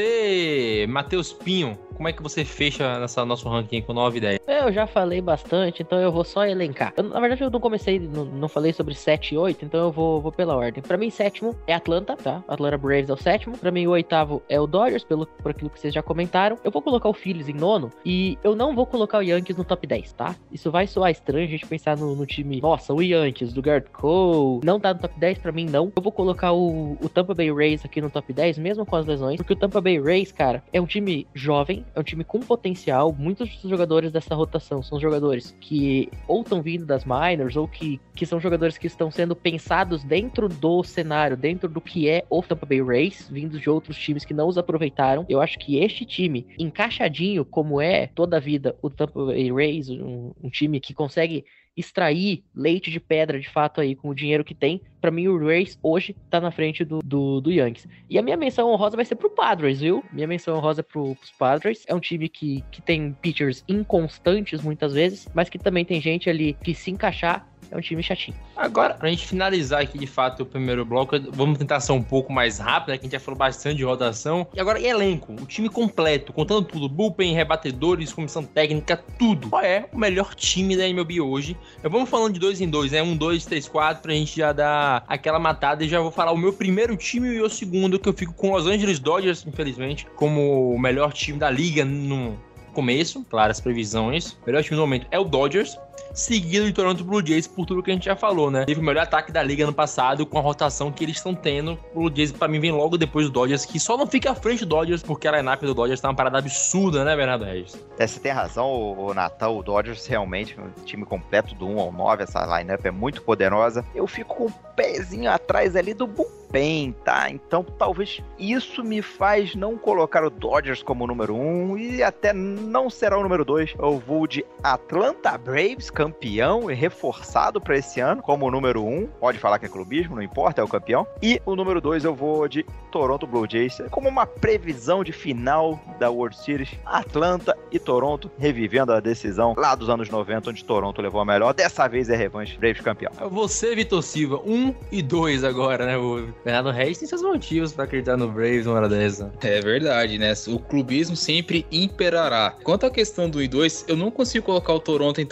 Speaker 5: você, Matheus Pinho, como é que você fecha nessa nosso ranking com 9 e 10?
Speaker 8: Eu já falei bastante, então eu vou só elencar. Na verdade, eu não comecei, não falei sobre 7 e 8, então eu vou pela ordem. Pra mim, 7º é Atlanta, tá? Atlanta Braves é o 7º. Pra mim, o 8º é o Dodgers, por aquilo que vocês já comentaram. Eu vou colocar o Phillies em 9º e eu não vou colocar o Yankees no top 10, tá? Isso vai soar estranho a gente pensar no time. Nossa, o Yankees, do Garrett Cole, não tá no top 10, pra mim não. Eu vou colocar o Tampa Bay Rays aqui no top 10, mesmo com as lesões, porque o Tampa Bay Rays, cara, é um time jovem, é um time com potencial. Muitos dos jogadores dessa rotação são jogadores que ou estão vindo das minors, ou que são jogadores que estão sendo pensados dentro do cenário, dentro do que é o Tampa Bay Rays, vindos de outros times que não os aproveitaram. Eu acho que este time, encaixadinho como é toda a vida o Tampa Bay Rays, um time que consegue extrair leite de pedra de fato aí com o dinheiro que tem, pra mim o Rays hoje tá na frente do Yankees. E a minha menção honrosa vai ser pro Padres, viu? Minha menção honrosa pros Padres. É um time que tem pitchers inconstantes muitas vezes, mas que também tem gente ali que se encaixar é um time chatinho.
Speaker 5: Agora, pra gente finalizar aqui de fato o primeiro bloco, vamos tentar ser um pouco mais rápido, né? Que a gente já falou bastante de rotação. E agora, elenco, o time completo, contando tudo, bullpen, rebatedores, comissão técnica, tudo. Qual é o melhor time da MLB hoje? Vamos falando de 2 em 2, né? 1, 2, 3, 4, pra gente já dar aquela matada. E já vou falar o meu primeiro time e o segundo, que eu fico com Los Angeles Dodgers, infelizmente, como o melhor time da liga no começo. Claro, as previsões. O melhor time no momento é o Dodgers, seguido de Toronto Blue Jays, por tudo que a gente já falou, né? Teve o melhor ataque da liga ano passado, com a rotação que eles estão tendo. O Blue Jays, pra mim, vem logo depois do Dodgers, que só não fica à frente do Dodgers, porque a lineup do Dodgers tá uma parada absurda, né, Bernardo Regis?
Speaker 6: Você tem razão, o Natal, o Dodgers realmente, um time completo do 1 ao 9, essa lineup é muito poderosa. Eu fico com um pezinho atrás ali do bullpen, tá? Então, talvez isso me faz não colocar o Dodgers como número 1 e até não será o número 2. Eu vou de Atlanta Braves, campeão e reforçado para esse ano, como o número 1. Pode falar que é clubismo, não importa, é o campeão. E o número 2 eu vou de Toronto Blue Jays, como uma previsão de final da World Series. Atlanta e Toronto revivendo a decisão lá dos anos 90, onde Toronto levou a melhor. Dessa vez é revanche, Braves campeão.
Speaker 5: Você, Vitor Silva, 1 e 2 agora, né? O Bernardo Regis tem seus motivos para acreditar no Braves uma hora dessa.
Speaker 7: É verdade, né? O clubismo sempre imperará. Quanto à questão do 1 e 2, eu não consigo colocar o Toronto entre os dois,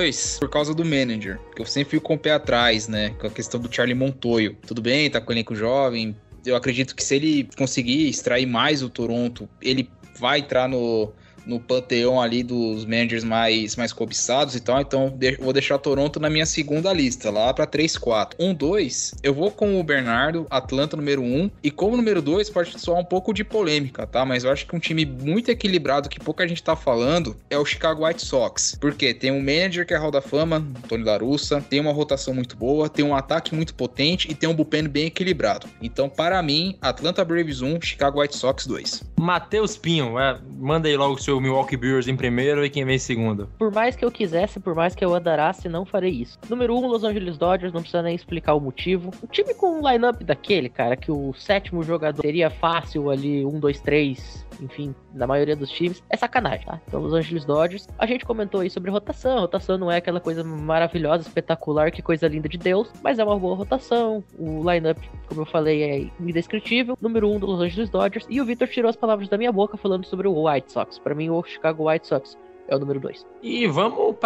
Speaker 7: 2 por causa do manager, que eu sempre fico com o pé atrás, né? Com a questão do Charlie Montoyo. Tudo bem, tá com o elenco jovem. Eu acredito que se ele conseguir extrair mais o Toronto, ele vai entrar no panteão ali dos managers mais cobiçados e tal, então vou deixar Toronto na minha segunda lista, lá pra 3-4. 1-2, eu vou com o Bernardo, Atlanta número 1, e como número 2 pode soar um pouco de polêmica, tá? Mas eu acho que um time muito equilibrado, que pouca gente tá falando, é o Chicago White Sox. Por quê? Tem um manager que é Hall da Fama, Tony La Russa, tem uma rotação muito boa, tem um ataque muito potente e tem um bullpen bem equilibrado. Então, para mim, Atlanta Braves 1, Chicago White Sox 2.
Speaker 5: Matheus Pinho, manda aí logo o seu Milwaukee Brewers em primeiro e quem vem em segundo.
Speaker 8: Por mais que eu quisesse, por mais que eu adarasse, não farei isso. Número 1, Los Angeles Dodgers, não precisa nem explicar o motivo. O time com um line-up daquele, cara, que o sétimo jogador seria fácil ali, 1, 2, 3... enfim, na maioria dos times, é sacanagem, tá? Então, Los Angeles Dodgers, a gente comentou aí sobre rotação. Rotação não é aquela coisa maravilhosa, espetacular, que coisa linda de Deus, mas é uma boa rotação. O lineup, como eu falei, é indescritível. Número 1 do Los Angeles Dodgers. E o Victor tirou as palavras da minha boca falando sobre o White Sox. Pra mim, o Chicago White Sox é o número 2.
Speaker 5: E vamos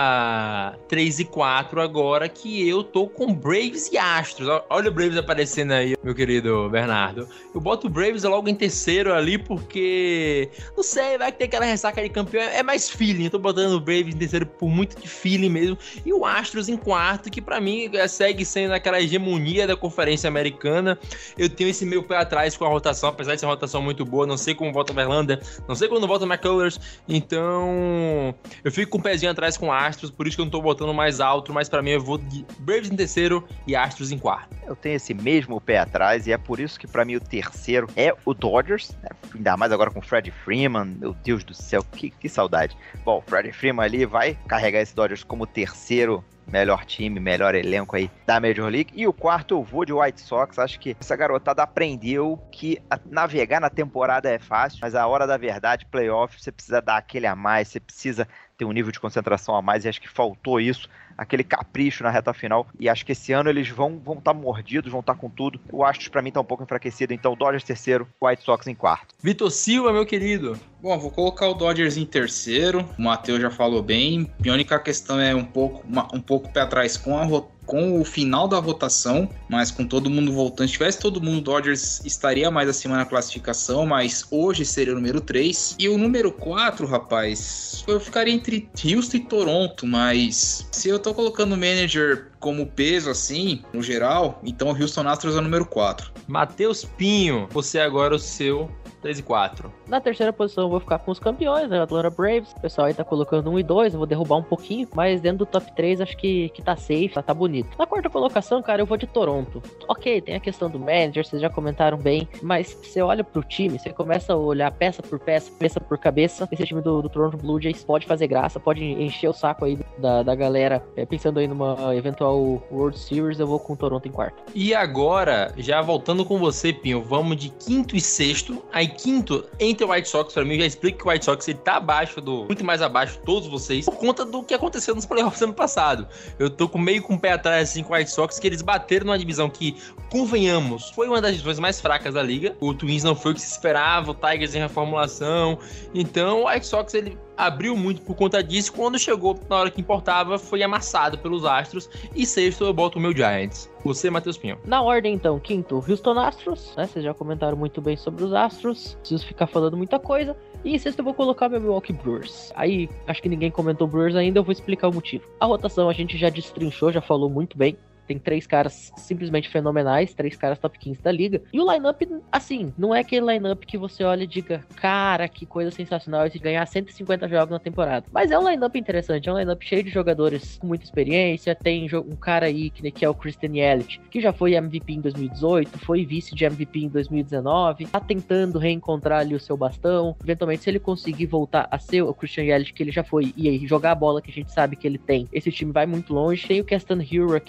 Speaker 5: pra 3 e 4 agora, que eu tô com Braves e Astros. Olha o Braves aparecendo aí, meu querido Bernardo. Eu boto o Braves logo em terceiro ali, porque, não sei, vai ter aquela ressaca de campeão, é mais feeling. Eu tô botando o Braves em terceiro por muito de feeling mesmo. E o Astros em quarto, que pra mim segue sendo aquela hegemonia da Conferência Americana. Eu tenho esse meio pé atrás com a rotação, apesar de ser uma rotação muito boa. Não sei como volta o Verlander, não sei quando volta o McCullers. Então, eu fico com o pezinho atrás com Astros, por isso que eu não tô botando mais alto, mas pra mim eu vou de Braves em terceiro e Astros em quarto.
Speaker 6: Eu tenho esse mesmo pé atrás e é por isso que pra mim o terceiro é o Dodgers, né? Ainda mais agora com o Freddie Freeman, meu Deus do céu, que saudade. Bom, o Freddie Freeman ali vai carregar esse Dodgers como terceiro melhor time, melhor elenco aí da Major League. E o quarto eu vou de White Sox. Acho que essa garotada aprendeu que navegar na temporada é fácil, mas a hora da verdade, playoff, você precisa dar aquele a mais, você precisa ter um nível de concentração a mais, e acho que faltou isso, aquele capricho na reta final, e acho que esse ano eles vão estar mordidos, vão estar com tudo. O Astros pra mim tá um pouco enfraquecido, então Dodgers terceiro, White Sox em quarto.
Speaker 5: Vitor Silva, meu querido.
Speaker 7: Bom, vou colocar o Dodgers em terceiro, o Matheus já falou bem. A única questão é um pouco pé atrás com o final da votação, mas com todo mundo voltando. Se tivesse todo mundo, o Dodgers estaria mais acima na classificação, mas hoje seria o número 3. E o número 4, rapaz, eu ficaria entre Houston e Toronto, mas se eu tô colocando o manager como peso, assim, no geral, então o Houston Astros é o número 4.
Speaker 5: Matheus Pinho, você agora o seu 3 e 4.
Speaker 8: Na terceira posição eu vou ficar com os campeões, né? Atlanta Braves. O pessoal aí tá colocando 1 e 2, eu vou derrubar um pouquinho, mas dentro do top 3 acho que tá safe, tá bonito. Na quarta colocação, cara, eu vou de Toronto. Ok, tem a questão do manager, vocês já comentaram bem, mas você olha pro time, você começa a olhar peça por peça, cabeça por cabeça, esse time do Toronto Blue Jays pode fazer graça, pode encher o saco aí da galera, pensando aí numa eventual World Series. Eu vou com o Toronto em quarto.
Speaker 5: E agora, já voltando com você, Pinho, vamos de quinto e sexto. Aí quinto, entre o White Sox, pra mim, eu já explico que o White Sox ele tá muito mais abaixo de todos vocês, por conta do que aconteceu nos playoffs ano passado. Eu tô meio com o pé atrás assim com o White Sox, que eles bateram numa divisão que, convenhamos, foi uma das divisões mais fracas da liga. O Twins não foi o que se esperava, o Tigers em reformulação. Então o White Sox ele abriu muito por conta disso. Quando chegou na hora que importava, foi amassado pelos Astros. E sexto, eu boto o meu Giants. Você, Matheus Pinho.
Speaker 8: Na ordem, então, quinto, Houston Astros, né? Vocês já comentaram muito bem sobre os Astros, preciso ficar falando muita coisa. E em sexto eu vou colocar meu Milwaukee Brewers. Aí, acho que ninguém comentou Brewers ainda, eu vou explicar o motivo. A rotação a gente já destrinchou, já falou muito bem. Tem 3 caras simplesmente fenomenais, 3 caras top 15 da liga. E o lineup, assim, não é aquele lineup que você olha e diga, cara, que coisa sensacional esse ganhar 150 jogos na temporada. Mas é um lineup interessante, é um lineup cheio de jogadores com muita experiência. Tem um cara aí que é o Christian Yelich, que já foi MVP em 2018, foi vice de MVP em 2019, tá tentando reencontrar ali o seu bastão. Eventualmente, se ele conseguir voltar a ser o Christian Yelich que ele já foi, e aí jogar a bola que a gente sabe que ele tem, esse time vai muito longe. Tem o Keston Hiura, que ano passado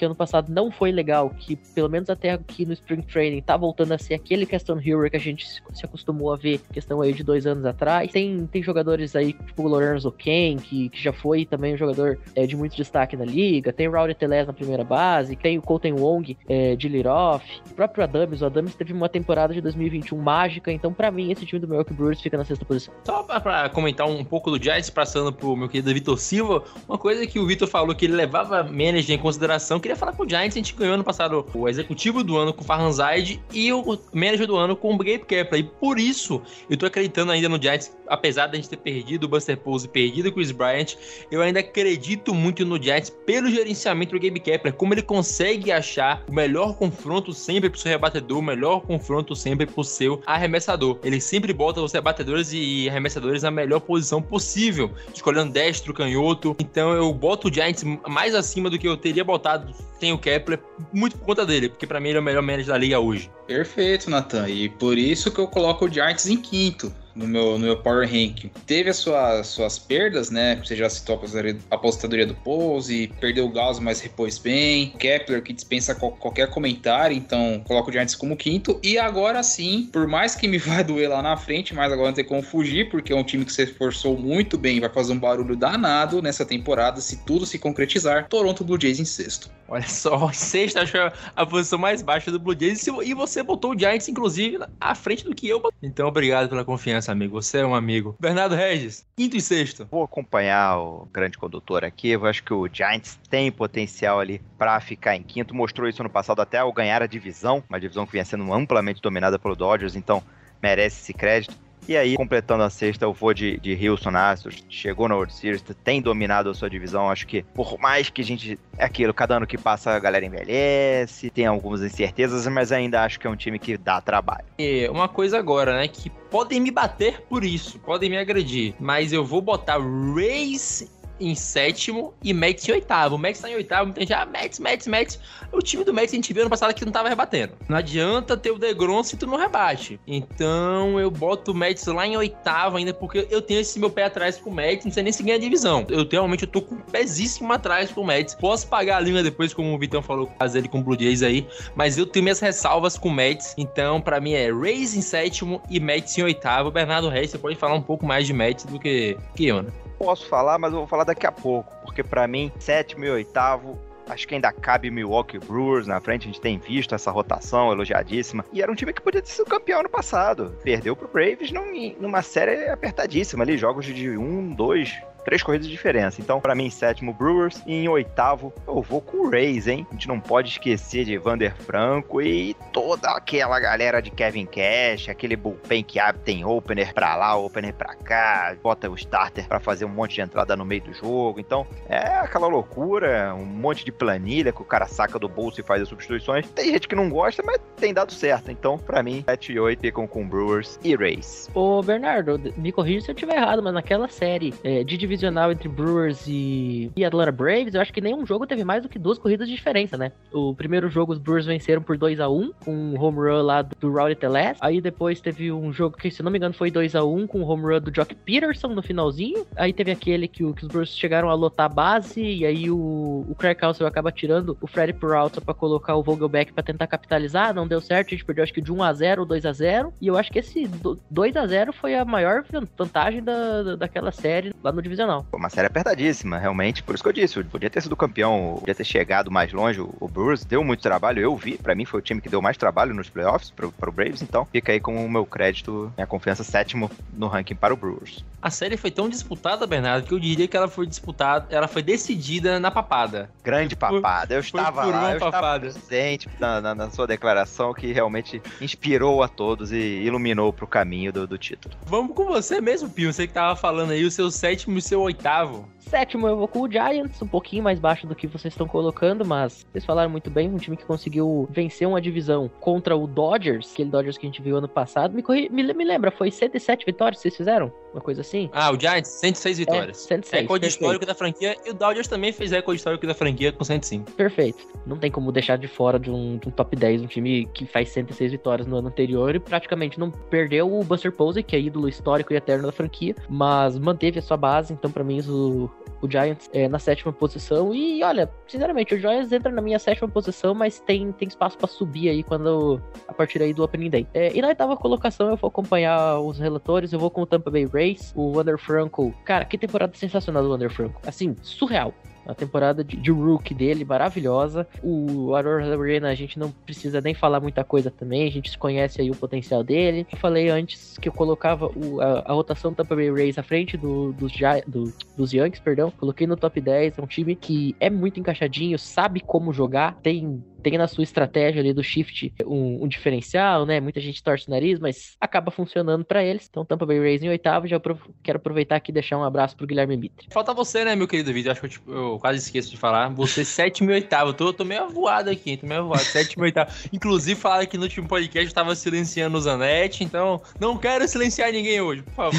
Speaker 8: passado não foi legal, que pelo menos até aqui no Spring Training tá voltando a ser aquele Keston Hill que a gente se acostumou a ver, questão aí de 2 anos atrás. Tem jogadores aí, tipo o Lorenzo Ken, que já foi também um jogador de muito destaque na liga, tem o Rowdy Tellez na primeira base, tem o Colton Wong de lead-off, o próprio o Adams teve uma temporada de 2021 mágica, então pra mim esse time do Milwaukee Brewers fica na 6ª posição. Só
Speaker 5: pra comentar um pouco do Giants, passando pro meu querido Vitor Silva, uma coisa que o Vitor falou que ele levava manager em consideração, queria falar com o Giants, a gente ganhou ano passado o executivo do ano com o Farhan Zaid e o manager do ano com o Gabe Kapler, e por isso eu tô acreditando ainda no Giants, apesar de a gente ter perdido o Buster Posey, perdido o Chris Bryant, eu ainda acredito muito no Giants pelo gerenciamento do Gabe Kapler, como ele consegue achar o melhor confronto sempre pro seu rebatedor, o melhor confronto sempre pro seu arremessador. Ele sempre bota os rebatedores e arremessadores na melhor posição possível, escolhendo destro, canhoto. Então eu boto o Giants mais acima do que eu teria botado sem o Kapler, muito por conta dele, porque pra mim ele é o melhor manager da liga hoje.
Speaker 7: Perfeito, Nathan, e por isso que eu coloco o Giants em 5º no meu Power Ranking. Teve as suas perdas, né? Você já citou a apostadoria do Posey, perdeu o Gauss, mas repôs bem. Kapler, que dispensa qualquer comentário, então coloco o Giants como 5º. E agora sim, por mais que me vai doer lá na frente, mas agora não tem como fugir, porque é um time que se esforçou muito bem, vai fazer um barulho danado nessa temporada, se tudo se concretizar. Toronto Blue Jays em 6º.
Speaker 5: Olha só, 6º, acho que é a posição mais baixa do Blue Jays, e você botou o Giants, inclusive, à frente do que eu. Então, obrigado pela confiança, amigo. Você é um amigo. Bernardo Regis, 5º e 6º.
Speaker 6: Vou acompanhar o grande condutor aqui. Eu acho que o Giants tem potencial ali para ficar em 5º. Mostrou isso no passado até ao ganhar a divisão. Uma divisão que vinha sendo amplamente dominada pelo Dodgers. Então, merece esse crédito. E aí, completando a 6ª, eu vou de Houston Astros. Chegou na World Series, tem dominado a sua divisão. Acho que, por mais que a gente... É aquilo, cada ano que passa a galera envelhece, tem algumas incertezas, mas ainda acho que é um time que dá trabalho.
Speaker 5: E uma coisa agora, né, que podem me bater por isso, podem me agredir, mas eu vou botar Rays em 7º e Mets em 8º. O Mets tá em 8º, muita gente, Mets. O time do Mets a gente viu ano passado que não tava rebatendo. Não adianta ter o DeGrom se tu não rebate. Então eu boto o Mets lá em 8º ainda, porque eu tenho esse meu pé atrás pro Mets, não sei nem se ganha a divisão. Realmente eu tô com um pezíssimo atrás pro Mets. Posso pagar a língua depois, como o Vitão falou, fazer ele com o Blue Jays aí, mas eu tenho minhas ressalvas com o Mets. Então pra mim é Rays em 7º e Mets em 8º. Bernardo Reis, você pode falar um pouco mais de Mets do que eu, né?
Speaker 6: Posso falar, mas eu vou falar daqui a pouco, porque pra mim, 7º e 8º, acho que ainda cabe Milwaukee Brewers na frente. A gente tem visto essa rotação elogiadíssima, e era um time que podia ter sido campeão ano passado. Perdeu pro Braves numa série apertadíssima ali, jogos de 1, 2, 3 corridas de diferença. Então, pra mim, 7º Brewers, e em 8º eu vou com o Rays, hein? A gente não pode esquecer de Wander Franco e toda aquela galera de Kevin Cash, aquele bullpen que tem opener pra lá, opener pra cá, bota o starter pra fazer um monte de entrada no meio do jogo. Então, é aquela loucura, um monte de planilha que o cara saca do bolso e faz as substituições. Tem gente que não gosta, mas tem dado certo. Então, pra mim, 7 e 8 ficam com Brewers e Rays.
Speaker 8: Ô, Bernardo, me corrija se eu estiver errado, mas naquela série de divisional entre Brewers e Atlanta Braves, eu acho que nenhum jogo teve mais do que 2 corridas de diferença, né? O primeiro jogo os Brewers venceram por 2-1, com um home run lá do Rowdy Tellez. Aí depois teve um jogo que, se não me engano, foi 2-1, com um home run do Jock Peterson no finalzinho. Aí teve aquele que os Brewers chegaram a lotar a base, e aí o Craig Counsell acaba tirando o Freddie Peralta pra colocar o Vogelback pra tentar capitalizar. Não deu certo, a gente perdeu acho que de 1-0 ou 2-0. E eu acho que esse 2-0 foi a maior vantagem daquela série lá no divisional.
Speaker 6: Uma série apertadíssima, realmente. Por isso que eu disse, podia ter sido campeão, podia ter chegado mais longe. O Brewers deu muito trabalho, eu vi. Pra mim foi o time que deu mais trabalho nos playoffs pro Braves. Então fica aí com o meu crédito, minha confiança, 7º no ranking para o Brewers.
Speaker 5: A série foi tão disputada, Bernardo, que eu diria que ela foi decidida na papada.
Speaker 6: Grande papada. Eu estava lá, eu estava presente na sua declaração, que realmente inspirou a todos e iluminou pro caminho do título.
Speaker 5: Vamos com você mesmo, Pio. Você que tava falando aí, o seu 7º e o seu 8º.
Speaker 8: 7º eu vou com o Giants, um pouquinho mais baixo do que vocês estão colocando, mas vocês falaram muito bem, um time que conseguiu vencer uma divisão contra o Dodgers, aquele Dodgers que a gente viu ano passado. Me lembra, foi 107 vitórias que vocês fizeram? Uma coisa assim?
Speaker 5: Ah, o Giants, 106 vitórias.
Speaker 8: 106,
Speaker 5: recorde histórico da franquia, e o Dodgers também fez recorde histórico da franquia com 105.
Speaker 8: Perfeito. Não tem como deixar de fora de um top 10, um time que faz 106 vitórias no ano anterior e praticamente não perdeu o Buster Posey, que é ídolo histórico e eterno da franquia, mas manteve a sua base. Então Então, pra mim, o Giants é na 7ª posição. E, olha, sinceramente, o Giants entra na minha 7ª posição, mas tem espaço pra subir aí a partir aí do Opening Day. E na 8ª colocação, eu vou acompanhar os relatores. Eu vou com o Tampa Bay Rays, o Wander Franco. Cara, que temporada sensacional do Wander Franco. Assim, surreal. A temporada de rookie dele, maravilhosa. O Arora Arena, a gente não precisa nem falar muita coisa também. A gente conhece aí o potencial dele. Eu falei antes que eu colocava a rotação do Tampa Bay Rays à frente dos Yankees, perdão. Coloquei no top 10. É um time que é muito encaixadinho, sabe como jogar, tem na sua estratégia ali do shift um diferencial, né? Muita gente torce o nariz, mas acaba funcionando pra eles. Então, Tampa Bay Rays em 8º. Já quero aproveitar aqui e deixar um abraço pro Guilherme Mitre.
Speaker 5: Falta você, né, meu querido Vitor? Acho que eu quase esqueço de falar. Você 7º e 8º. Tô meio avoado aqui, 7º e 8º. Inclusive, falaram que no último podcast eu tava silenciando o Zanetti, então não quero silenciar ninguém hoje, por favor.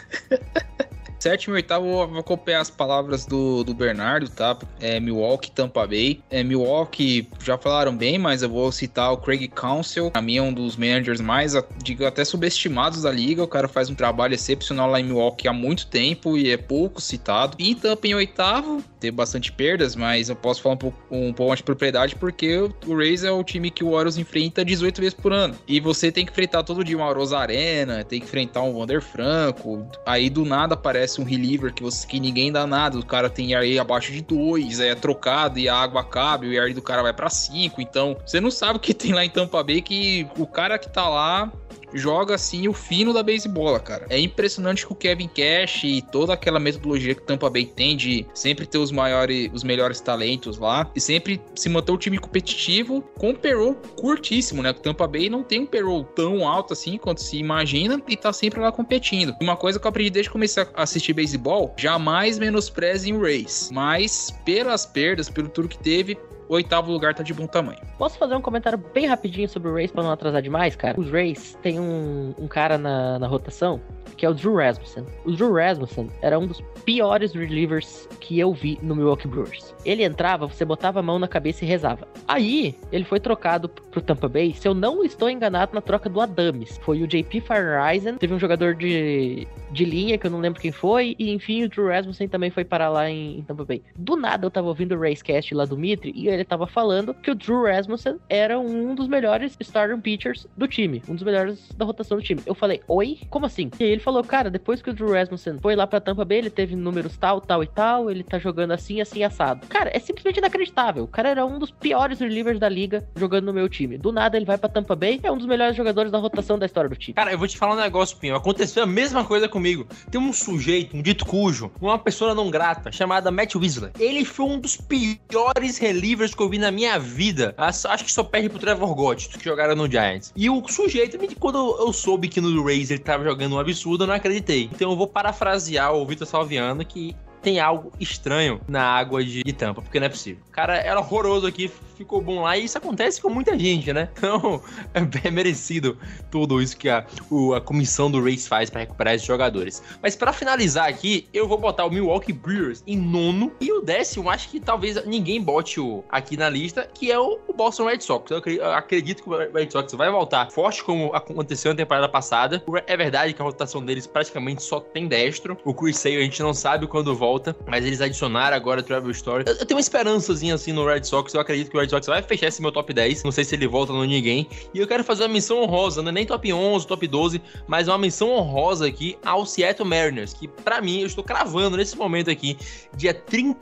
Speaker 7: 7º e 8º, vou acompanhar as palavras do Bernardo, tá? Milwaukee, Tampa Bay. Milwaukee, já falaram bem, mas eu vou citar o Craig Counsell. Pra mim é um dos managers mais, digo, até subestimados da liga. O cara faz um trabalho excepcional lá em Milwaukee há muito tempo e é pouco citado. E Tampa em 8º, teve bastante perdas, mas eu posso falar um pouco mais de propriedade porque o Rays é o time que o Orioles enfrenta 18 vezes por ano. E você tem que enfrentar todo dia uma Rosarena, tem que enfrentar um Wander Franco. Aí do nada aparece um reliever que ninguém dá nada, o cara tem ERA abaixo de 2, é trocado e a água cabe, o ERA do cara vai pra 5, então você não sabe o que tem lá em Tampa Bay, que o cara que tá lá joga assim o fino da beisebola, cara. É impressionante que o Kevin Cash e toda aquela metodologia que o Tampa Bay tem de sempre ter os melhores talentos lá e sempre se manter o time competitivo com um payroll curtíssimo, né? O Tampa Bay não tem um payroll tão alto assim quanto se imagina e tá sempre lá competindo. Uma coisa que eu aprendi desde que comecei a assistir beisebol, jamais menosprezem o Rays, mas pelas perdas, pelo tudo que teve, o 8º lugar tá de bom tamanho.
Speaker 8: Posso fazer um comentário bem rapidinho sobre o Rays pra não atrasar demais, cara? Os Rays tem um cara na rotação que é o Drew Rasmussen. O Drew Rasmussen era um dos piores relievers que eu vi no Milwaukee Brewers. Ele entrava, você botava a mão na cabeça e rezava. Aí, ele foi trocado pro Tampa Bay, se eu não estou enganado, na troca do Adames. Foi o JP Farnreisen, teve um jogador de linha, que eu não lembro quem foi, e enfim, o Drew Rasmussen também foi parar lá em Tampa Bay. Do nada, eu tava ouvindo o Rayscast lá do Mitre, e ele tava falando que o Drew Rasmussen era um dos melhores starting pitchers do time, um dos melhores da rotação do time. Eu falei, oi? Como assim? E aí ele falou, cara, depois que o Drew Rasmussen foi lá pra Tampa Bay, ele teve números tal e tal, ele tá jogando assim, assado. Cara, é simplesmente inacreditável. O cara era um dos piores relievers da liga jogando no meu time. Do nada, ele vai pra Tampa Bay, é um dos melhores jogadores da rotação da história do time.
Speaker 5: Cara, eu vou te falar um negócio, Pinho. Aconteceu a mesma coisa comigo. Tem um sujeito, um dito cujo, uma pessoa não grata, chamada Matt Wisler. Ele foi um dos piores relievers que eu vi na minha vida. Acho que só perde pro Trevor Gott, que jogaram no Giants. E o sujeito, quando eu soube que no Rays ele tava jogando um absurdo, eu não acreditei. Então eu vou parafrasear o Vitor Salviano, que tem algo estranho na água de Tampa, porque não é possível. O cara era horroroso aqui, ficou bom lá, e isso acontece com muita gente, né? Então, é merecido tudo isso que a comissão do Rays faz pra recuperar esses jogadores. Mas pra finalizar aqui, eu vou botar o Milwaukee Brewers em 9º, e o 10º, acho que talvez ninguém bote aqui na lista, que é o Boston Red Sox. Eu acredito que o Red Sox vai voltar forte, como aconteceu na temporada passada. É verdade que a rotação deles praticamente só tem destro. O Chris Sale a gente não sabe quando volta, mas eles adicionaram agora o Trevor Story. Eu tenho uma esperançazinha assim no Red Sox. Eu acredito que o Red Sox vai fechar esse meu top 10. Não sei se ele volta no ninguém. E eu quero fazer uma menção honrosa, não é nem top 11, top 12, mas uma menção honrosa aqui ao Seattle Mariners, que pra mim, eu estou cravando nesse momento aqui, dia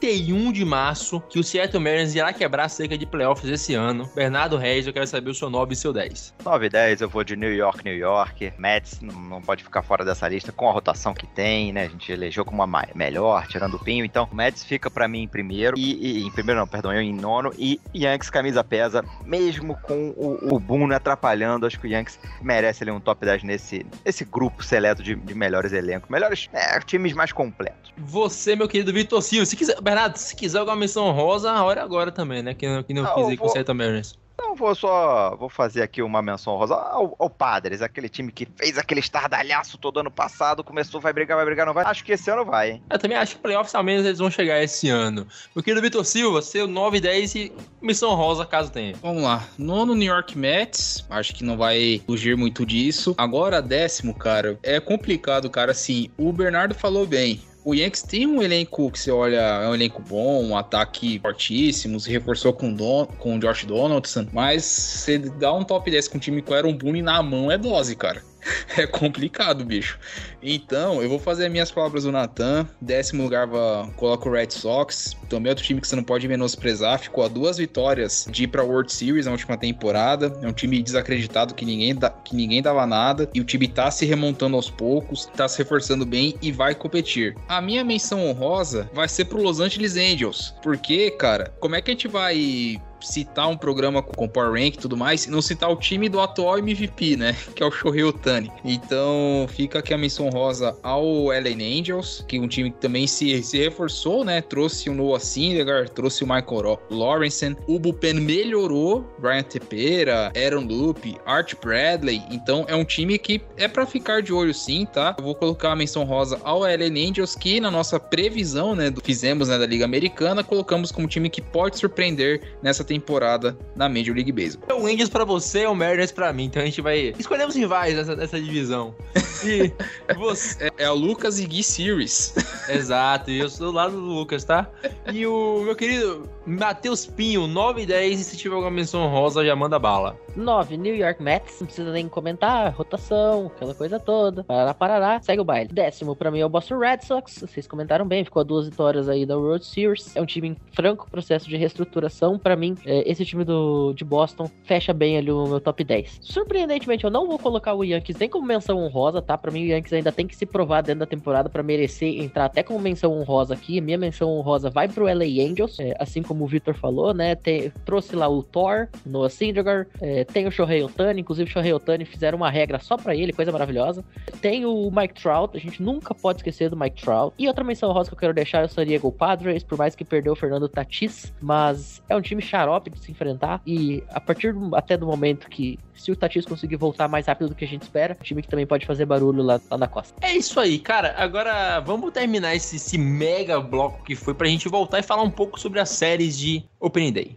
Speaker 5: 31 de março, que o Seattle Mariners irá quebrar a cerca de playoffs esse ano. Bernardo Reis, eu quero saber o seu 9 e seu 10.
Speaker 6: 9 e 10, eu vou de New York. Mets não pode ficar fora dessa lista com a rotação que tem, né? A gente elegeu como a melhor, tirando o Pinho. Então, o Mets fica pra mim em primeiro. Eu em 9º. E Yankees camisa pesa, mesmo com o Boone atrapalhando. Acho que o Yankees merece ali um top 10 nesse grupo seleto de melhores elencos. Melhores times mais completos.
Speaker 5: Você, meu querido Vitor Silva, Bernardo, se quiser alguma menção honrosa, a hora é agora também, né? Que não quis ir com o Seattle Mariners.
Speaker 6: Então vou fazer aqui uma menção honrosa ao Padres, aquele time que fez aquele estardalhaço todo ano passado, começou, vai brigar, não vai. Acho que esse ano vai, hein?
Speaker 5: Eu também acho que playoffs ao menos eles vão chegar esse ano. Meu querido Vitor Silva, seu 9 e 10 e menção honrosa caso tenha.
Speaker 7: Vamos lá. 9º New York Mets, acho que não vai fugir muito disso. Agora 10º, cara, é complicado, cara, assim, o Bernardo falou bem. O Yankees tem um elenco que você olha, é um elenco bom, um ataque fortíssimo, se reforçou com o Josh Donaldson, mas você dá um top 10 com um time com o Aaron Boone na mão é dose, cara. É complicado, bicho. Então, eu vou fazer as minhas palavras do Natan. 10º lugar, coloco o Red Sox. Também outro time que você não pode menosprezar. Ficou a 2 vitórias de ir pra World Series na última temporada. É um time desacreditado que ninguém dava nada. E o time tá se remontando aos poucos, tá se reforçando bem e vai competir. A minha menção honrosa vai ser pro Los Angeles Angels. Porque, cara, como é que a gente vai citar um programa com Power Rank e tudo mais e não citar o time do atual MVP, né? Que é o Shohei Ohtani. Então, fica aqui a menção honrosa ao LA Angels, que é um time que também se reforçou, né? Trouxe o Noah Syndergaard, trouxe o Michael Lawrence, o bullpen melhorou, Brian Tepera, Aaron Lupe, Art Bradley. Então, é um time que é pra ficar de olho sim, tá? Eu vou colocar a menção rosa ao LA Angels, que na nossa previsão, né, fizemos, né, da Liga Americana, colocamos como time que pode surpreender nessa temporada na Major League Baseball.
Speaker 5: O Angels pra você é o Mariners pra mim, então a gente vai... Escolhemos rivais nessa divisão. E você...
Speaker 7: É o Lucas e Gui Series.
Speaker 5: Exato, e eu sou do lado do Lucas, tá? E o meu querido Matheus Pinho, 9 e 10, e se tiver alguma menção rosa, já manda bala.
Speaker 8: 9, New York Mets, não precisa nem comentar, rotação, aquela coisa toda, parará, segue o baile. 10º pra mim é o Boston Red Sox, vocês comentaram bem, ficou a 2 vitórias aí da World Series, é um time em franco processo de reestruturação, pra mim, esse time de Boston fecha bem ali o meu top 10. Surpreendentemente, eu não vou colocar o Yankees nem como menção honrosa, tá? Pra mim, o Yankees ainda tem que se provar dentro da temporada pra merecer entrar até como menção honrosa aqui. Minha menção honrosa vai pro LA Angels, assim como o Victor falou, né? Trouxe lá o Thor, Noah Syndergaard, tem o Shohei Ohtani, inclusive o Shohei Ohtani fizeram uma regra só pra ele, coisa maravilhosa. Tem o Mike Trout, a gente nunca pode esquecer do Mike Trout. E outra menção honrosa que eu quero deixar é o San Diego Padres, por mais que perdeu o Fernando Tatis, mas é um time xarope de se enfrentar, e a partir até do momento que, se o Tatis conseguir voltar mais rápido do que a gente espera, um time que também pode fazer barulho lá na costa.
Speaker 5: É isso aí, cara. Agora vamos terminar esse mega bloco que foi pra gente voltar e falar um pouco sobre as séries de Opening Day.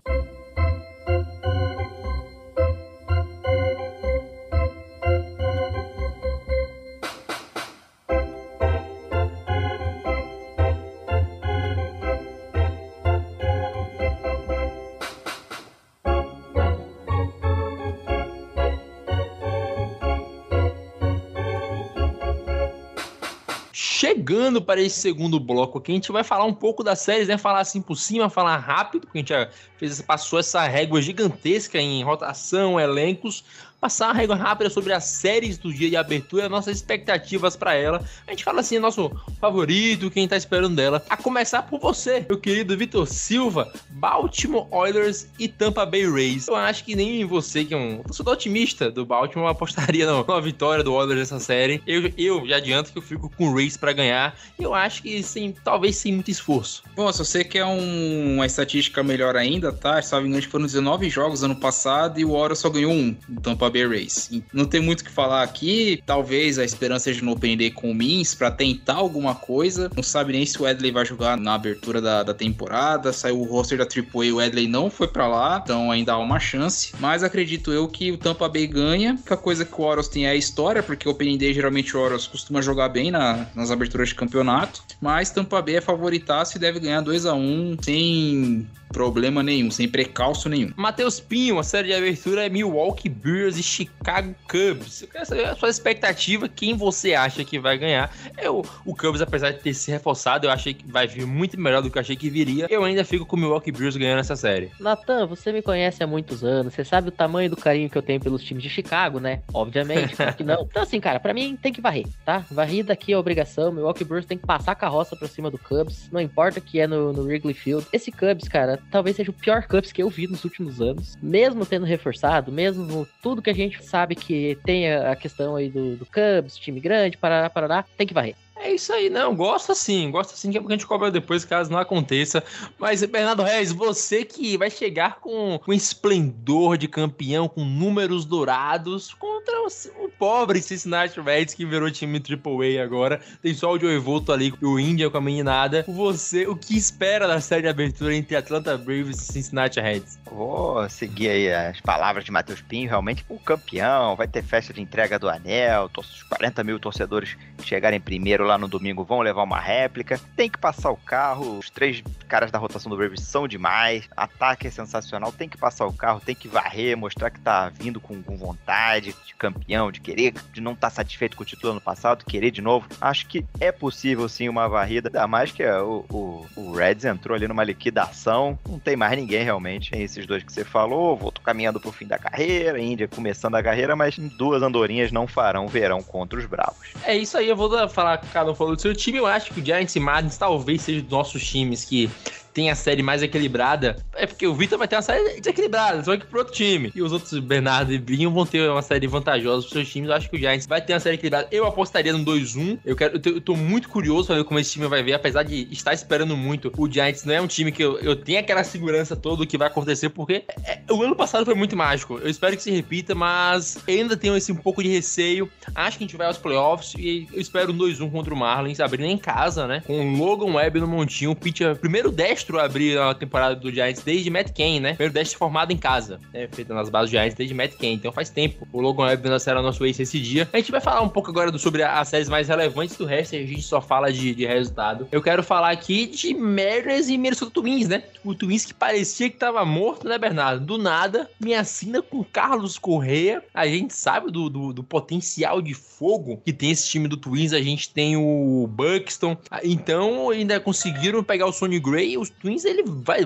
Speaker 5: Chegando para esse segundo bloco aqui, a gente vai falar um pouco das séries, né? Falar assim por cima, falar rápido, porque a gente já passou essa régua gigantesca em rotação, elencos. Passar uma régua rápida sobre as séries do dia de abertura, nossas expectativas para ela. A gente fala assim, nosso favorito, quem tá esperando dela. A começar por você, meu querido Vitor Silva, Baltimore Oilers e Tampa Bay Rays. Eu acho que nem você, que é um torcedor otimista do Baltimore, apostaria numa vitória do Oilers nessa série. Eu já adianto que eu fico com o Rays para ganhar. Eu acho que talvez sem muito esforço.
Speaker 7: Bom, se você quer uma estatística melhor ainda, tá? Se não me engano, foram 19 jogos ano passado e o Oilers só ganhou um, o Tampa Bay Rays. Não tem muito o que falar aqui. Talvez a esperança seja no Opening Day com o Mins pra tentar alguma coisa. Não sabe nem se o Edley vai jogar na abertura da temporada. Saiu o roster da AAA, o Edley não foi pra lá, então ainda há uma chance. Mas acredito eu que o Tampa Bay ganha. A coisa que o Orioles tem é a história, porque o Opening Day geralmente o Orioles costuma jogar bem nas aberturas de campeonato. Mas Tampa Bay é favoritaço e deve ganhar 2-1 sem problema nenhum, sem precalço nenhum.
Speaker 5: Matheus Pinho, a série de abertura é Milwaukee Brewers e Chicago Cubs. Eu quero saber a sua expectativa, quem você acha que vai ganhar. O Cubs, apesar de ter se reforçado, eu achei que vai vir muito melhor do que eu achei que viria. Eu ainda fico com o Milwaukee Brewers ganhando essa série.
Speaker 8: Natan, você me conhece há muitos anos, você sabe o tamanho do carinho que eu tenho pelos times de Chicago, né? Obviamente, claro que não. Então assim, cara, pra mim tem que varrer, tá? Varrida aqui é obrigação, Milwaukee Brewers tem que passar a carroça pra cima do Cubs, não importa que é no Wrigley Field. Esse Cubs, cara, talvez seja o pior Cubs que eu vi nos últimos anos, mesmo tendo reforçado, mesmo tudo que a gente sabe que tem a questão aí do Cubs, time grande, parará, tem que varrer.
Speaker 5: É isso aí, não, gosto assim, que é porque a gente cobra depois, caso não aconteça. Mas, Bernardo Reis, você que vai chegar com esplendor de campeão, com números dourados, contra o pobre Cincinnati Reds que virou time AAA agora. Tem só o Joey Votto ali, o India com a meninada. Você, o que espera da série de abertura entre Atlanta Braves e Cincinnati Reds?
Speaker 6: Vou seguir aí as palavras de Matheus Pinho, realmente o campeão, vai ter festa de entrega do anel, os 40 mil torcedores que chegarem primeiro lá no domingo vão levar uma réplica, tem que passar o carro, os 3 caras da rotação do Braves são demais, ataque é sensacional, tem que passar o carro, tem que varrer, mostrar que tá vindo com vontade de campeão, de querer, de não estar satisfeito com o título ano passado, querer de novo. Acho que é possível sim uma varrida, ainda mais que o Reds entrou ali numa liquidação, não tem mais ninguém realmente, tem esses 2 que você falou, Votto caminhando pro fim da carreira, Índia começando a carreira, mas 2 andorinhas não farão verão contra os Bravos. É
Speaker 5: isso aí, eu vou falar, cada um falou do seu time, eu acho que o Giants e Marlins talvez sejam nossos times que tem a série mais equilibrada, é porque o Vitor vai ter uma série desequilibrada, só que pro outro time. E os outros, Bernardo e Brinho, vão ter uma série vantajosa pros seus times. Eu acho que o Giants vai ter uma série equilibrada. Eu apostaria no 2-1. Eu tô muito curioso pra ver como esse time vai ver, apesar de estar esperando muito. O Giants não é um time que eu tenho aquela segurança toda do que vai acontecer, porque o ano passado foi muito mágico. Eu espero que se repita, mas ainda tenho um pouco de receio. Acho que a gente vai aos playoffs e eu espero um 2-1 contra o Marlins, abrindo em casa, né? Com o Logan Webb no montinho, o pitcher, primeiro destro a abrir a temporada do Giants desde Matt Cain, né? Primeiro destro formado em casa, né? Feito nas bases do Giants desde Matt Cain, então faz tempo. O Logan Webb lançaram o nosso ace esse dia. A gente vai falar um pouco agora sobre as séries mais relevantes, do resto a gente só fala de resultado. Eu quero falar aqui de Mariners e Minnesota Twins, né? O Twins que parecia que tava morto, né, Bernardo? Do nada, me assina com Carlos Correa. A gente sabe do potencial de fogo que tem esse time do Twins. A gente tem o Buxton. Então, ainda conseguiram pegar o Sonny Gray. Os Twins, ele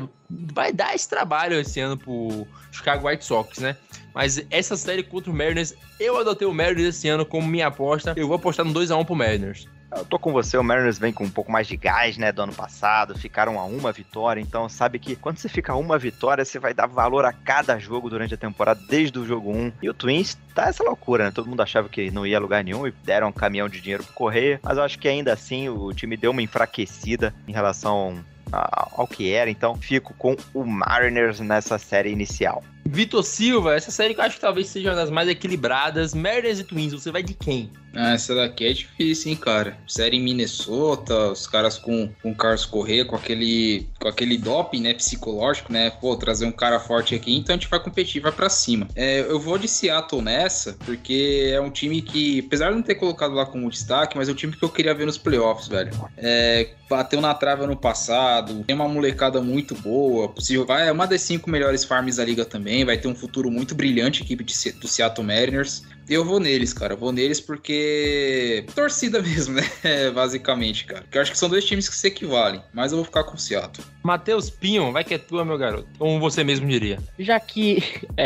Speaker 5: vai dar esse trabalho esse ano pro Chicago White Sox, né? Mas essa série contra o Mariners, eu adotei o Mariners esse ano como minha aposta. Eu vou apostar no 2-1 pro Mariners.
Speaker 6: Eu tô com você, o Mariners vem com um pouco mais de gás, né, do ano passado, ficaram a 1 vitória, então sabe que quando você fica a 1 vitória, você vai dar valor a cada jogo durante a temporada, desde o jogo 1, e o Twins tá essa loucura, né, todo mundo achava que não ia a lugar nenhum e deram um caminhão de dinheiro pro Correia, mas eu acho que ainda assim o time deu uma enfraquecida em relação ao que era, então fico com o Mariners nessa série inicial.
Speaker 5: Vitor Silva, essa série que eu acho que talvez seja uma das mais equilibradas. Mariners e Twins, você vai de quem?
Speaker 7: Essa daqui é difícil, hein, cara. Série em Minnesota, os caras com Carlos Correa, com aquele doping, né, psicológico, né, trazer um cara forte aqui, então a gente vai competir, vai pra cima. Eu vou de Seattle nessa, porque é um time que, apesar de não ter colocado lá como destaque, mas é um time que eu queria ver nos playoffs, velho. Bateu na trave ano passado, tem uma molecada muito boa, possível, é uma das 5 melhores farms da liga também, vai ter um futuro muito brilhante a equipe do Seattle Mariners. Eu vou neles, cara. Vou neles porque... torcida mesmo, né? Basicamente, cara. Porque eu acho que são 2 times que se equivalem. Mas eu vou ficar com o Seattle.
Speaker 5: Matheus Pinho, vai que é tua, meu garoto. Como você mesmo diria.
Speaker 8: Já que...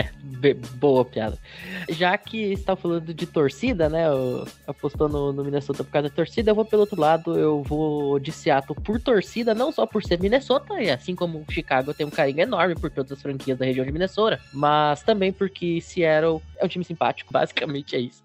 Speaker 8: boa piada. Já que você tá falando de torcida, né? Apostou no Minnesota por causa da torcida. Eu vou pelo outro lado. Eu vou de Seattle por torcida. Não só por ser Minnesota. E assim como Chicago tem um carinho enorme por todas as franquias da região de Minnesota. Mas também porque Seattle é um time simpático, basicamente. É isso.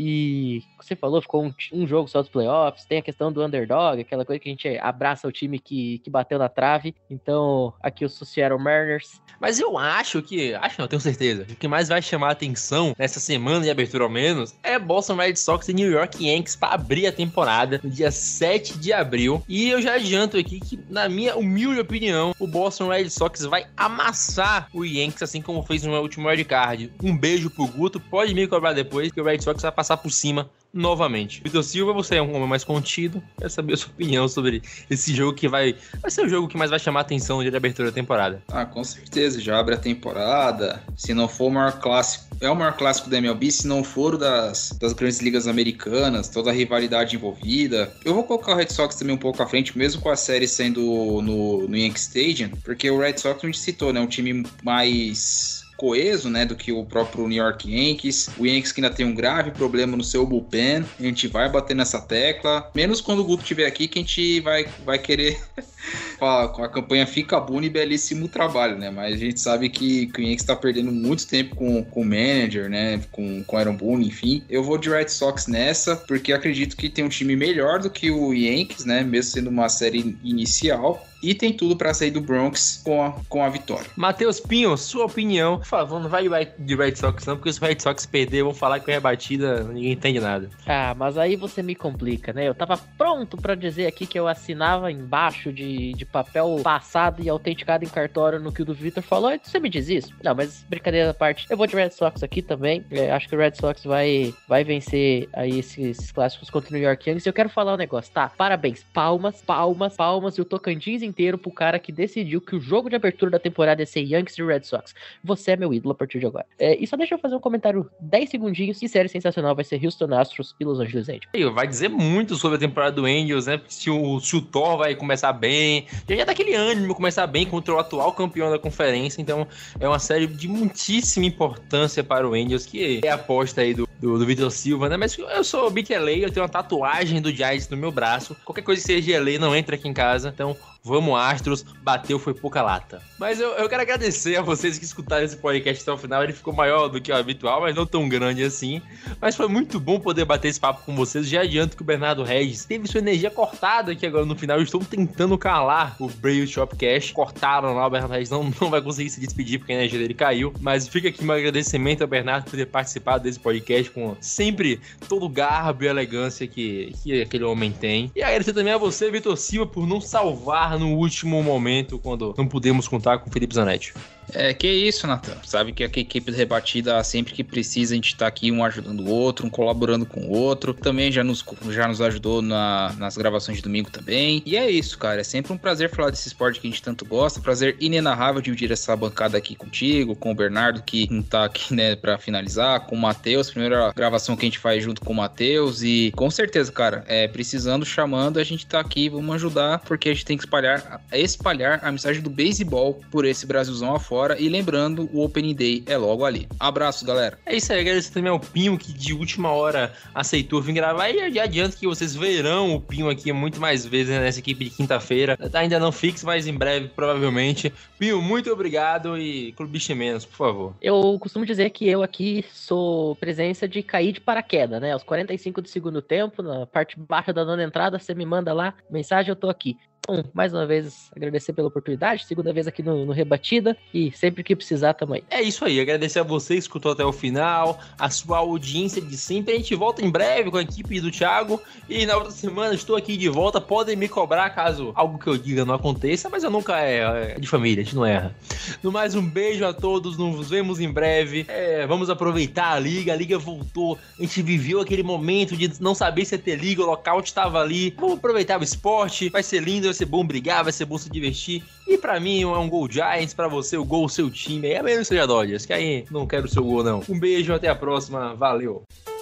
Speaker 8: E você falou, ficou um jogo só dos playoffs, tem a questão do underdog, aquela coisa que a gente abraça o time que bateu na trave. Então, aqui eu sou Seattle Mariners.
Speaker 5: Mas eu tenho certeza, o que mais vai chamar a atenção nessa semana de abertura ao menos é Boston Red Sox e New York Yankees para abrir a temporada no dia 7 de abril. E eu já adianto aqui que, na minha humilde opinião, o Boston Red Sox vai amassar o Yankees, assim como fez no último wildcard. Um beijo pro Guto, pode me cobrar depois, que o Red Sox vai passar por cima novamente. Vitor Silva, você é um homem mais contido. Quero saber a sua opinião sobre esse jogo que vai ser o jogo que mais vai chamar a atenção no dia de abertura da temporada.
Speaker 7: Com certeza, já abre a temporada. Se não for o maior clássico, é o maior clássico da MLB, se não for o das grandes ligas americanas, toda a rivalidade envolvida. Eu vou colocar o Red Sox também um pouco à frente, mesmo com a série sendo no Yankee Stadium, porque o Red Sox a gente citou, né, um time mais coeso, né, do que o próprio New York Yankees. O Yankees que ainda tem um grave problema no seu bullpen. A gente vai bater nessa tecla. Menos quando o Guto estiver aqui, que a gente vai querer com a campanha Fica Boone e belíssimo trabalho, né? Mas a gente sabe que o Yankees está perdendo muito tempo com o manager, né? Com Aaron Boone, enfim. Eu vou de Red Sox nessa, porque acredito que tem um time melhor do que o Yankees, né? Mesmo sendo uma série inicial. e tem tudo pra sair do Bronx com a vitória.
Speaker 5: Matheus Pinho, sua opinião. Por favor, não vai de Red Sox não, porque se o Red Sox perder, vão falar que é rebatida, ninguém entende nada.
Speaker 8: Ah, mas aí você me complica, né? Eu tava pronto pra dizer aqui que eu assinava embaixo de papel passado e autenticado em cartório no que o Victor falou, e você me diz isso? Não, mas brincadeira à parte, eu vou de Red Sox aqui também. Acho que o Red Sox vai vencer aí esses clássicos contra o New York Yankees. E eu quero falar um negócio, tá? Parabéns, palmas e o Tocantins inteiro pro cara que decidiu que o jogo de abertura da temporada ia ser Yankees e Red Sox. Você é meu ídolo a partir de agora. E só deixa eu fazer um comentário 10 segundinhos. Que série sensacional vai ser Houston Astros e Los Angeles Angels.
Speaker 5: Vai dizer muito sobre a temporada do Angels, né? Se o Thor vai começar bem, já tá aquele ânimo começar bem contra o atual campeão da conferência. Então é uma série de muitíssima importância para o Angels, que é a aposta aí do Vitor Silva, né? Mas eu sou Big LA, eu tenho uma tatuagem do Giants no meu braço. Qualquer coisa que seja LA não entra aqui em casa. Então vamos, Astros, bateu, foi pouca lata. Mas eu quero agradecer a vocês que escutaram esse podcast até o final. Ele ficou maior do que o habitual, mas não tão grande assim. Mas foi muito bom poder bater esse papo com vocês. Já adianto que o Bernardo Regis teve sua energia cortada aqui agora no final. Eu estou tentando calar o Brave Shopcast. Cortaram lá, o Bernardo Regis não vai conseguir se despedir porque a energia dele caiu. Mas fica aqui meu agradecimento ao Bernardo por ter participado desse podcast com sempre todo o garbo e elegância que aquele homem tem. E agradecer também a você, Vitor Silva, por não salvar no último momento, quando não pudemos contar com o Felipe Zanetti.
Speaker 7: Que isso, Nathan. Sabe que a equipe rebatida, sempre que precisa, a gente tá aqui um ajudando o outro, um colaborando com o outro. Também já nos ajudou nas gravações de domingo também. E é isso, cara. É sempre um prazer falar desse esporte que a gente tanto gosta. Prazer inenarrável dividir essa bancada aqui contigo, com o Bernardo, que não tá aqui, né, pra finalizar, com o Matheus. Primeira gravação que a gente faz junto com o Matheus. E com certeza, cara, precisando, chamando, a gente tá aqui, vamos ajudar, porque a gente tem que espalhar a mensagem do beisebol por esse Brasilzão afora. E lembrando, o Opening Day é logo ali. Abraço, galera.
Speaker 5: É isso aí, agradecer também ao Pinho, que de última hora aceitou vir gravar. E já adianto que vocês verão o Pinho aqui muito mais vezes, né, nessa equipe de quinta-feira. Ainda não fixo, mas em breve, provavelmente. Pinho, muito obrigado e clubiche menos, por favor.
Speaker 8: Eu costumo dizer que eu aqui sou presença de cair de paraquedas, né? Aos 45 do segundo tempo, na parte baixa da nona entrada, você me manda lá, mensagem, eu tô aqui. Bom, mais uma vez, agradecer pela oportunidade, segunda vez aqui no Rebatida, e sempre que precisar, tamo aí.
Speaker 5: É isso aí, agradecer a você que escutou até o final, a sua audiência de sempre. A gente volta em breve com a equipe do Thiago, e na outra semana estou aqui de volta. Podem me cobrar caso algo que eu diga não aconteça, mas eu nunca é de família, a gente não erra. No mais, um beijo a todos, nos vemos em breve. Vamos aproveitar a liga voltou, a gente viveu aquele momento de não saber se ia ter liga, o lockout estava ali. Vamos aproveitar o esporte, vai ser lindo, vai ser bom brigar, vai ser bom se divertir. E pra mim é um gol Giants, pra você o gol seu time. É mesmo que seja Dodgers, que aí não quero o seu gol não. Um beijo, até a próxima, valeu!